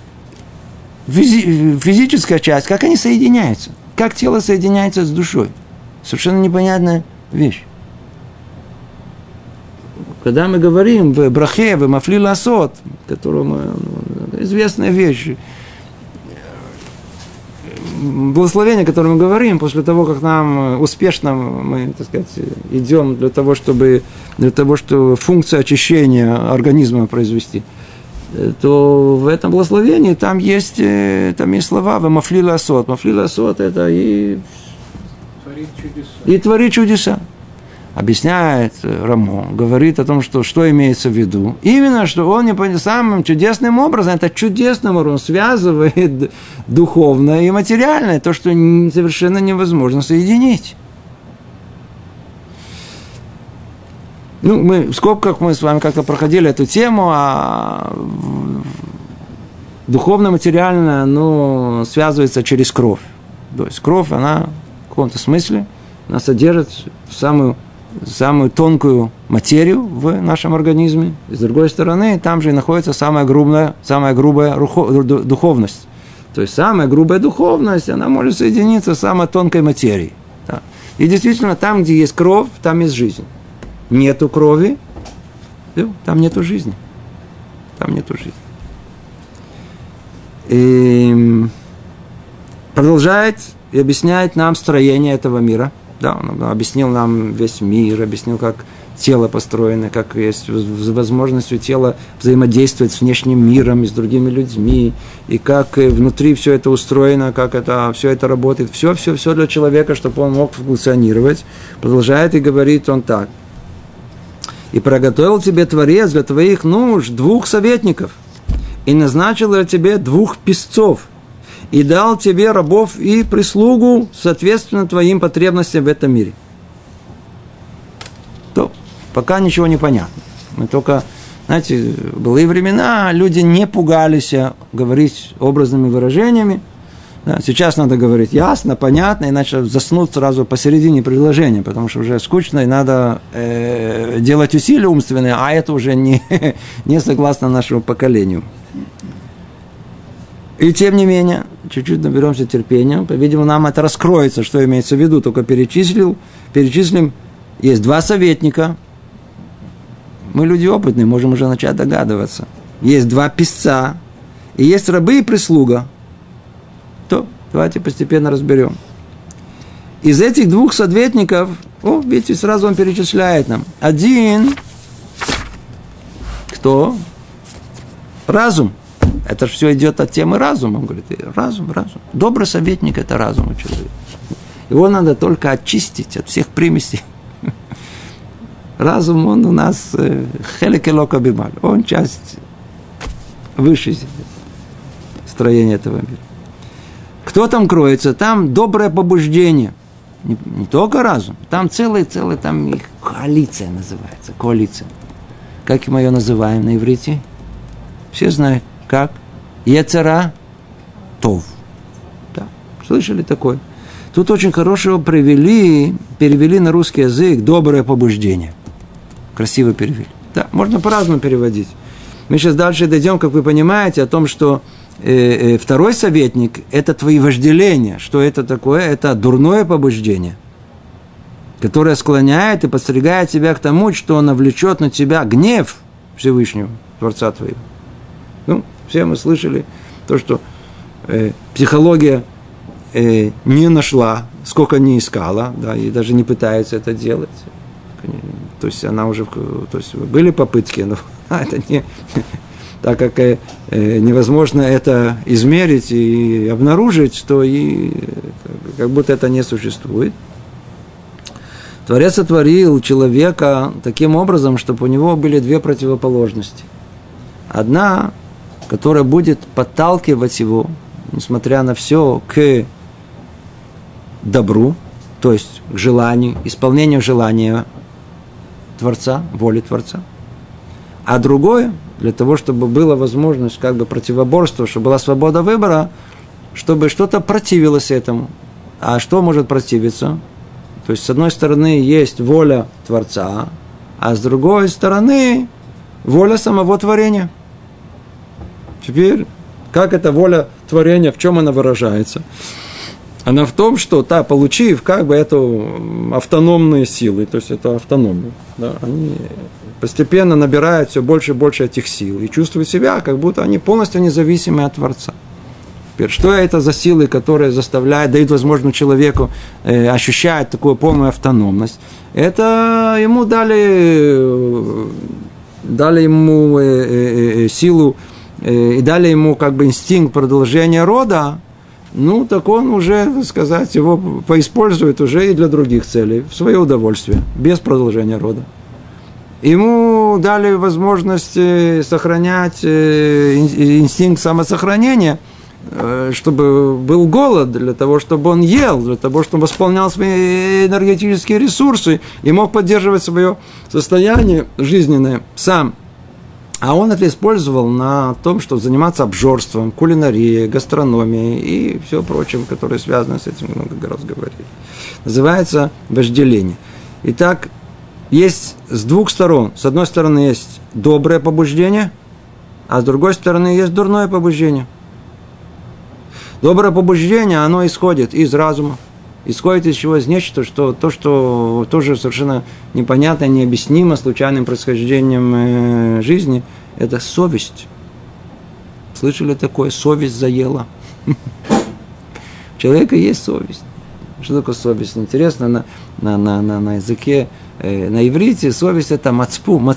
физическая часть, как они соединяются? Как тело соединяется с душой? Совершенно непонятная вещь. Когда мы говорим в брахе, в мафли ласот, которого мы известная вещь. Благословение, о котором мы говорим, после того, как нам успешно мы, так сказать, идем для того, чтобы функцию очищения организма произвести, то в этом благословении там есть слова «Мафлила асот». Мафлила асот – это и творит чудеса. Объясняет Рамо, говорит о том, что имеется в виду. Именно, что он самым чудесным образом, это чудесным образом связывает духовное и материальное, то, что совершенно невозможно соединить. Мы в скобках мы с вами как-то проходили эту тему, а духовно-материальное, оно связывается через кровь. То есть кровь, она в каком-то смысле, она содержит самую тонкую материю в нашем организме. И с другой стороны, там же и находится самая грубая духовность. То есть самая грубая духовность, она может соединиться с самой тонкой материей. Да. И действительно, там, где есть кровь, там есть жизнь. Нету крови, там нету жизни. Там нету жизни. И продолжает и объясняет нам строение этого мира. Да, он объяснил нам весь мир, объяснил, как тело построено, как есть возможность у тела взаимодействовать с внешним миром и с другими людьми, и как внутри все это устроено, как все это работает. Все для человека, чтобы он мог функционировать. Продолжает и говорит он так. «И приготовил тебе Творец для твоих нужд 2 советников, и назначил я тебе 2 песцов, и дал тебе рабов и прислугу, соответственно, твоим потребностям в этом мире». То, пока ничего не понятно. Мы только, знаете, в былые времена люди не пугались говорить образными выражениями. Да, сейчас надо говорить ясно, понятно, иначе заснут сразу посередине предложения, потому что уже скучно, и надо делать усилия умственные, а это уже не согласно нашему поколению. И тем не менее, чуть-чуть наберемся терпения. По-видимому, нам это раскроется, что имеется в виду. Только перечислим. Есть 2 советника. Мы люди опытные, можем уже начать догадываться. Есть 2 песца. И есть рабы и прислуга. То давайте постепенно разберем. Из этих 2 советников, видите, сразу он перечисляет нам. Один, кто? Разум. Это же все идет от темы разума. Он говорит, разум. Добрый советник – это разум у человека. Его надо только очистить от всех примесей. Разум, он у нас хелек элока бималь. Он часть выше строения этого мира. Кто там кроется? Там доброе побуждение. Не только разум. Там целая там их коалиция называется. Коалиция. Как мы ее называем на иврите? Все знают. Как? Ецера Тов. Да. Слышали такое? Тут очень хорошо перевели на русский язык доброе побуждение. Красиво перевели. Да, можно по-разному переводить. Мы сейчас дальше дойдем, как вы понимаете, о том, что второй советник – это твои вожделения. Что это такое? Это дурное побуждение, которое склоняет и подстригает тебя к тому, что навлечет на тебя гнев Всевышнего, Творца твоего. Все мы слышали то, что психология не нашла, сколько не искала, да, и даже не пытается это делать. То есть она уже, то есть были попытки, но это не, так как невозможно это измерить и обнаружить, то и как будто это не существует. Творец сотворил человека таким образом, чтобы у него были 2 противоположности. Одна, которая будет подталкивать его, несмотря на все, к добру, то есть к желанию, исполнению желания Творца, воли Творца. А другое, для того, чтобы была возможность как бы противоборства, чтобы была свобода выбора, чтобы что-то противилось этому. А что может противиться? То есть, с одной стороны, есть воля Творца, а с другой стороны, воля самого творения. Теперь, как эта воля творения, в чем она выражается? Она в том, что, получив как бы эту автономные силы, то есть это автономию, да, они постепенно набирают все больше и больше этих сил и чувствуют себя, как будто они полностью независимы от Творца. Теперь, что это за силы, которые заставляют, дают возможность человеку ощущать такую полную автономность? Это ему дали ему силу и дали ему как бы инстинкт продолжения рода. Так он уже, так сказать, его поиспользует уже и для других целей, в свое удовольствие, без продолжения рода. Ему дали возможность сохранять инстинкт самосохранения, чтобы был голод, для того, чтобы он ел, для того, чтобы восполнял свои энергетические ресурсы и мог поддерживать свое состояние жизненное сам. А он это использовал на том, чтобы заниматься обжорством, кулинарией, гастрономией и все прочим, которое связано с этим, много раз говорили. Называется вожделение. Итак, есть с двух сторон. С одной стороны есть доброе побуждение, а с другой стороны есть дурное побуждение. Доброе побуждение, оно исходит из разума. Исходит из чего? Из нечто, что тоже совершенно непонятно, необъяснимо случайным происхождением жизни, это совесть. Слышали такое? Совесть заела. У человека есть совесть. Что такое совесть? Интересно, на языке, на иврите совесть это мацпун.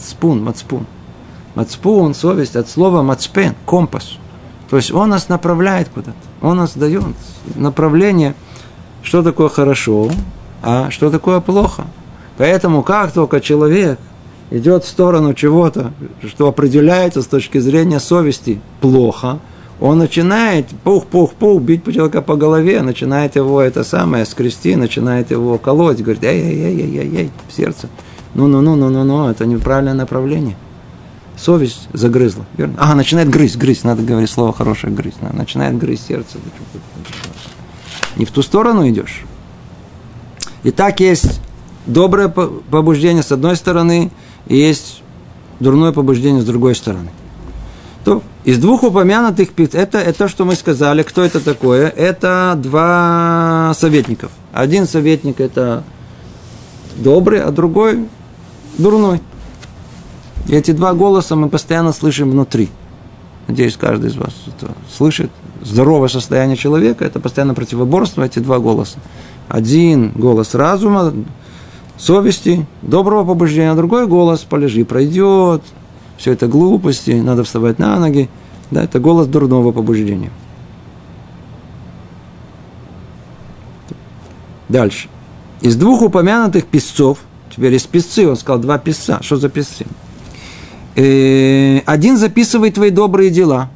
Мацпун, совесть от слова мацпен, компас. То есть он нас направляет куда-то. Он нас дает направление, что такое хорошо, а что такое плохо. Поэтому как только человек идет в сторону чего-то, что определяется с точки зрения совести плохо, он начинает пух-пух-пух бить человека по голове, начинает его скрести, начинает его колоть, говорит, эй, в сердце. Ну, это неправильное направление. Совесть загрызла, верно? Начинает грызть, надо говорить слово хорошее, грызть. Начинает грызть сердце. Не в ту сторону идешь. Итак, есть доброе побуждение с одной стороны, и есть дурное побуждение с другой стороны. То из двух упомянутых, это что мы сказали, кто это такое? Это два советников. Один советник это добрый, а другой дурной. И эти два голоса мы постоянно слышим внутри. Надеюсь, каждый из вас это слышит. Здоровое состояние человека – это постоянно противоборство, эти два голоса. Один голос разума, совести, доброго побуждения, а другой голос – полежи, пройдет, все это глупости, надо вставать на ноги. Да, это голос дурного побуждения. Дальше. Из двух упомянутых писцов, теперь есть писцы, он сказал два писца. Что за писцы? Один записывает твои добрые дела.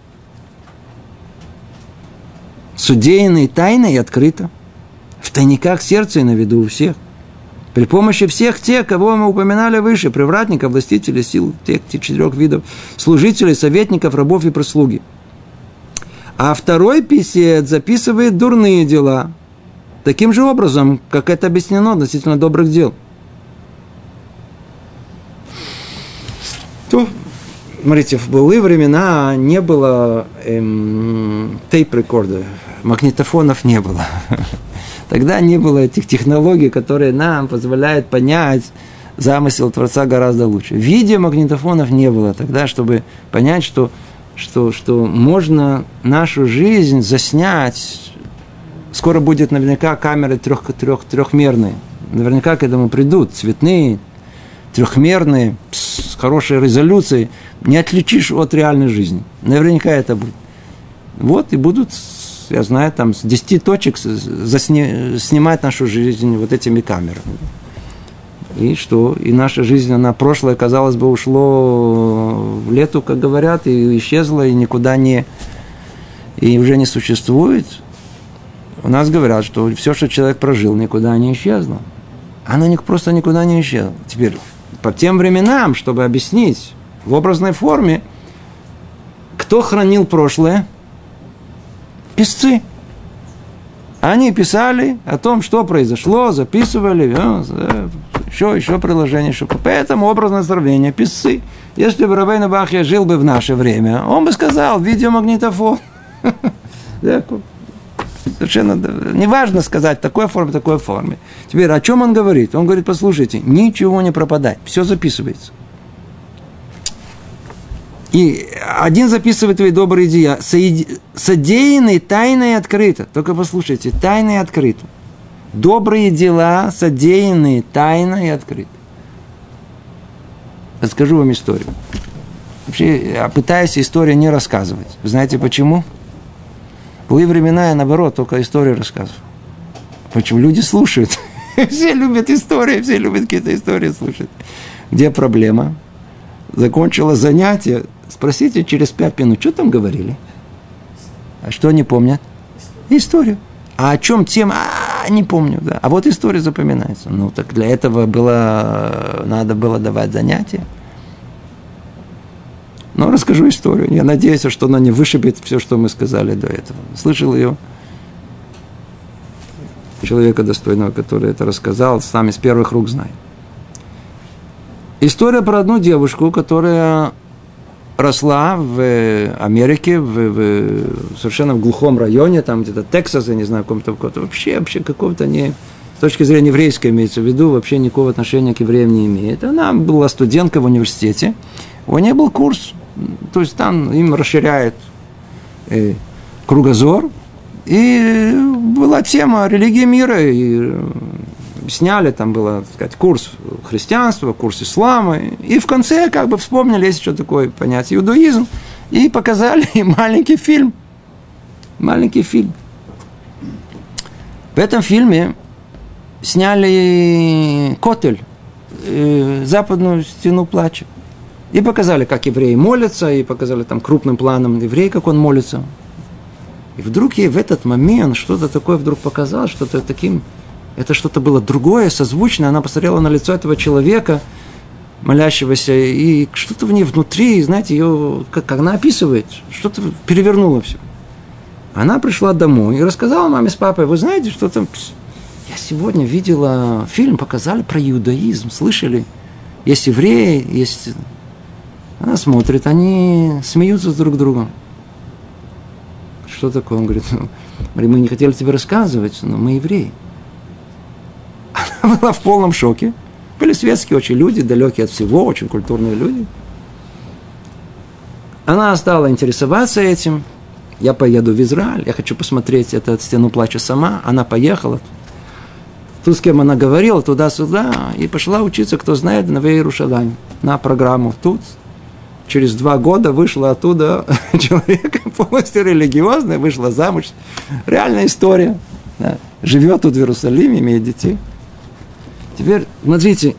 Судейно и тайно и открыто. В тайниках сердца и на виду у всех. При помощи всех тех, кого мы упоминали выше, привратников, властителей сил, тех 4 видов, служителей, советников, рабов и прислуги. А второй писец записывает дурные дела. Таким же образом, как это объяснено относительно добрых дел. То, смотрите, в былые времена не было тейп-рекорда, магнитофонов не было. Тогда не было этих технологий, которые нам позволяют понять замысел Творца гораздо лучше. Видеомагнитофонов не было тогда, чтобы понять, что можно нашу жизнь заснять. Скоро будет наверняка камеры трехмерные. Наверняка к этому придут, цветные, трехмерные, с хорошей резолюцией. Не отличишь от реальной жизни. Наверняка это будет. Вот и будут, я знаю, там с 10 точек снимать нашу жизнь вот этими камерами. И что? И наша жизнь, она прошлое, казалось бы, ушло в лету, как говорят, и исчезло, и никуда не... И уже не существует. У нас говорят, что все, что человек прожил, никуда не исчезло. Оно просто никуда не исчезло. Теперь, по тем временам, чтобы объяснить в образной форме, кто хранил прошлое? Писцы. Они писали о том, что произошло, записывали, еще приложение, еще. Поэтому образное сравнение, писцы. Если бы Рабейну Бахья жил бы в наше время, он бы сказал, видеомагнитофон. совершенно неважно сказать в такой форме. Теперь, о чем он говорит? Он говорит, послушайте, ничего не пропадает, все записывается. И один записывает твои добрые дела, содеянные тайно и открыто. Только послушайте, тайно и открыто. Добрые дела, содеянные тайно и открыто. Расскажу вам историю. Вообще, я пытаюсь историю не рассказывать. Вы знаете почему? В былые времена я, наоборот, только историю рассказываю. Почему? Люди слушают. Все любят истории, все любят какие-то истории слушать. Где проблема? Закончила занятие. Спросите через 5 минут, что там говорили? А что не помнят? Историю. А о чем тема? Не помню. Да. А вот история запоминается. Ну, так для этого надо было давать занятия. Но расскажу историю. Я надеюсь, что она не вышибет все, что мы сказали до этого. Слышал ее человека достойного, который это рассказал, сам из первых рук знает. История про одну девушку, которая росла в Америке, совершенно в глухом районе, там где-то Тексас, я не знаю, какого-то вообще какого-то не... С точки зрения еврейской имеется в виду, вообще никакого отношения к евреям не имеет. Она была студенткой в университете, у нее был курс, то есть там им расширяет кругозор, и была тема религии мира, и сняли, там был, так сказать, курс христианства, курс ислама, и в конце как бы вспомнили, есть что такое понятие иудаизм, и показали маленький фильм. Маленький фильм. В этом фильме сняли Котель, западную стену плача. И показали, как евреи молятся, и показали там крупным планом еврея, как он молится. И вдруг ей в этот момент что-то такое вдруг показалось, что-то таким... Это что-то было другое, созвучное. Она посмотрела на лицо этого человека, молящегося, и что-то в ней внутри, знаете, ее, как она описывает, что-то перевернуло все. Она пришла домой и рассказала маме с папой, вы знаете, что там... Я сегодня видела фильм, показали про иудаизм, слышали? Есть евреи, есть... Она смотрит, они смеются друг с другом. Что такое? Он говорит, мы не хотели тебе рассказывать, но мы евреи. Она была в полном шоке. Были светские очень люди, далекие от всего, очень культурные люди. Она стала интересоваться этим. Я поеду в Израиль, я хочу посмотреть эту стену плача сама. Она поехала. Тут с кем она говорила, туда-сюда, и пошла учиться, кто знает, на Иерусалим, на программу. Тут через 2 года вышла оттуда человек полностью религиозный, вышла замуж. Реальная история. Да. Живет тут в Иерусалиме, имеет детей. Теперь, смотрите,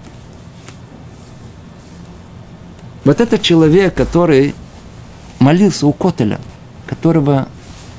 вот этот человек, который молился у Котеля, которого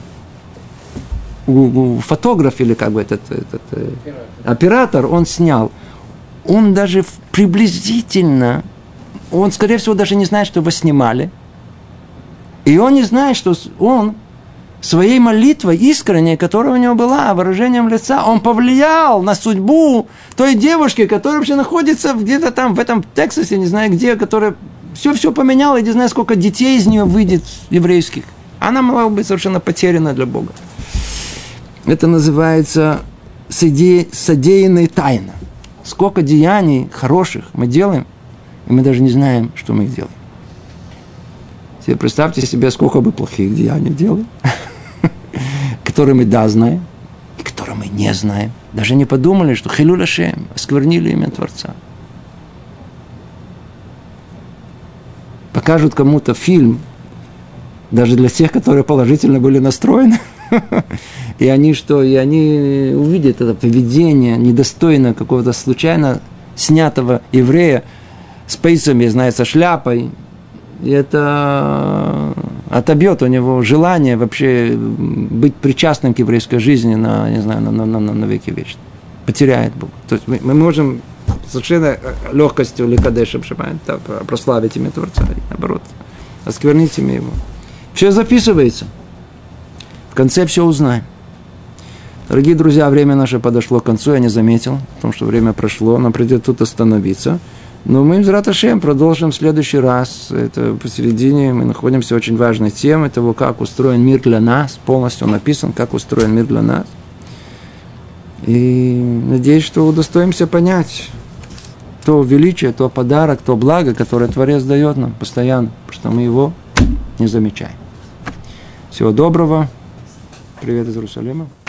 фотограф или как бы этот оператор, он снял, он даже приблизительно, он, скорее всего, даже не знает, что его снимали, и он не знает, что он своей молитвой искренней, которая у него была, выражением лица, он повлиял на судьбу той девушки, которая вообще находится где-то там, в этом Тексасе, не знаю где, которая все поменяла, и не знаю, сколько детей из нее выйдет еврейских. Она могла быть совершенно потеряна для Бога. Это называется содеянные тайно. Сколько деяний хороших мы делаем, и мы даже не знаем, что мы их делаем. Теперь представьте себе, сколько бы плохих деяний делаем, которые мы да знаем, и которые мы не знаем. Даже не подумали, что хилюль Ашем, осквернили имя Творца. Покажут кому-то фильм, даже для тех, которые положительно были настроены, и они увидят это поведение недостойное какого-то случайно снятого еврея с пейсами, со шляпой. И это отобьет у него желание вообще быть причастным к еврейской жизни на веки вечные. Потеряет Бог. То есть мы можем совершенно легкостью ликадешем прославить имя Творца, и наоборот, осквернить имя Его. Все записывается. В конце все узнаем. Дорогие друзья, время наше подошло к концу, я не заметил, потому что время прошло, нам придется тут остановиться. Но мы, Мизрат Ашем, продолжим в следующий раз. Это посередине мы находимся в очень важной теме того, как устроен мир для нас. Полностью написан, как устроен мир для нас. И надеюсь, что удостоимся понять то величие, то подарок, то благо, которое Творец дает нам постоянно, потому что мы его не замечаем. Всего доброго. Привет из Иерусалима.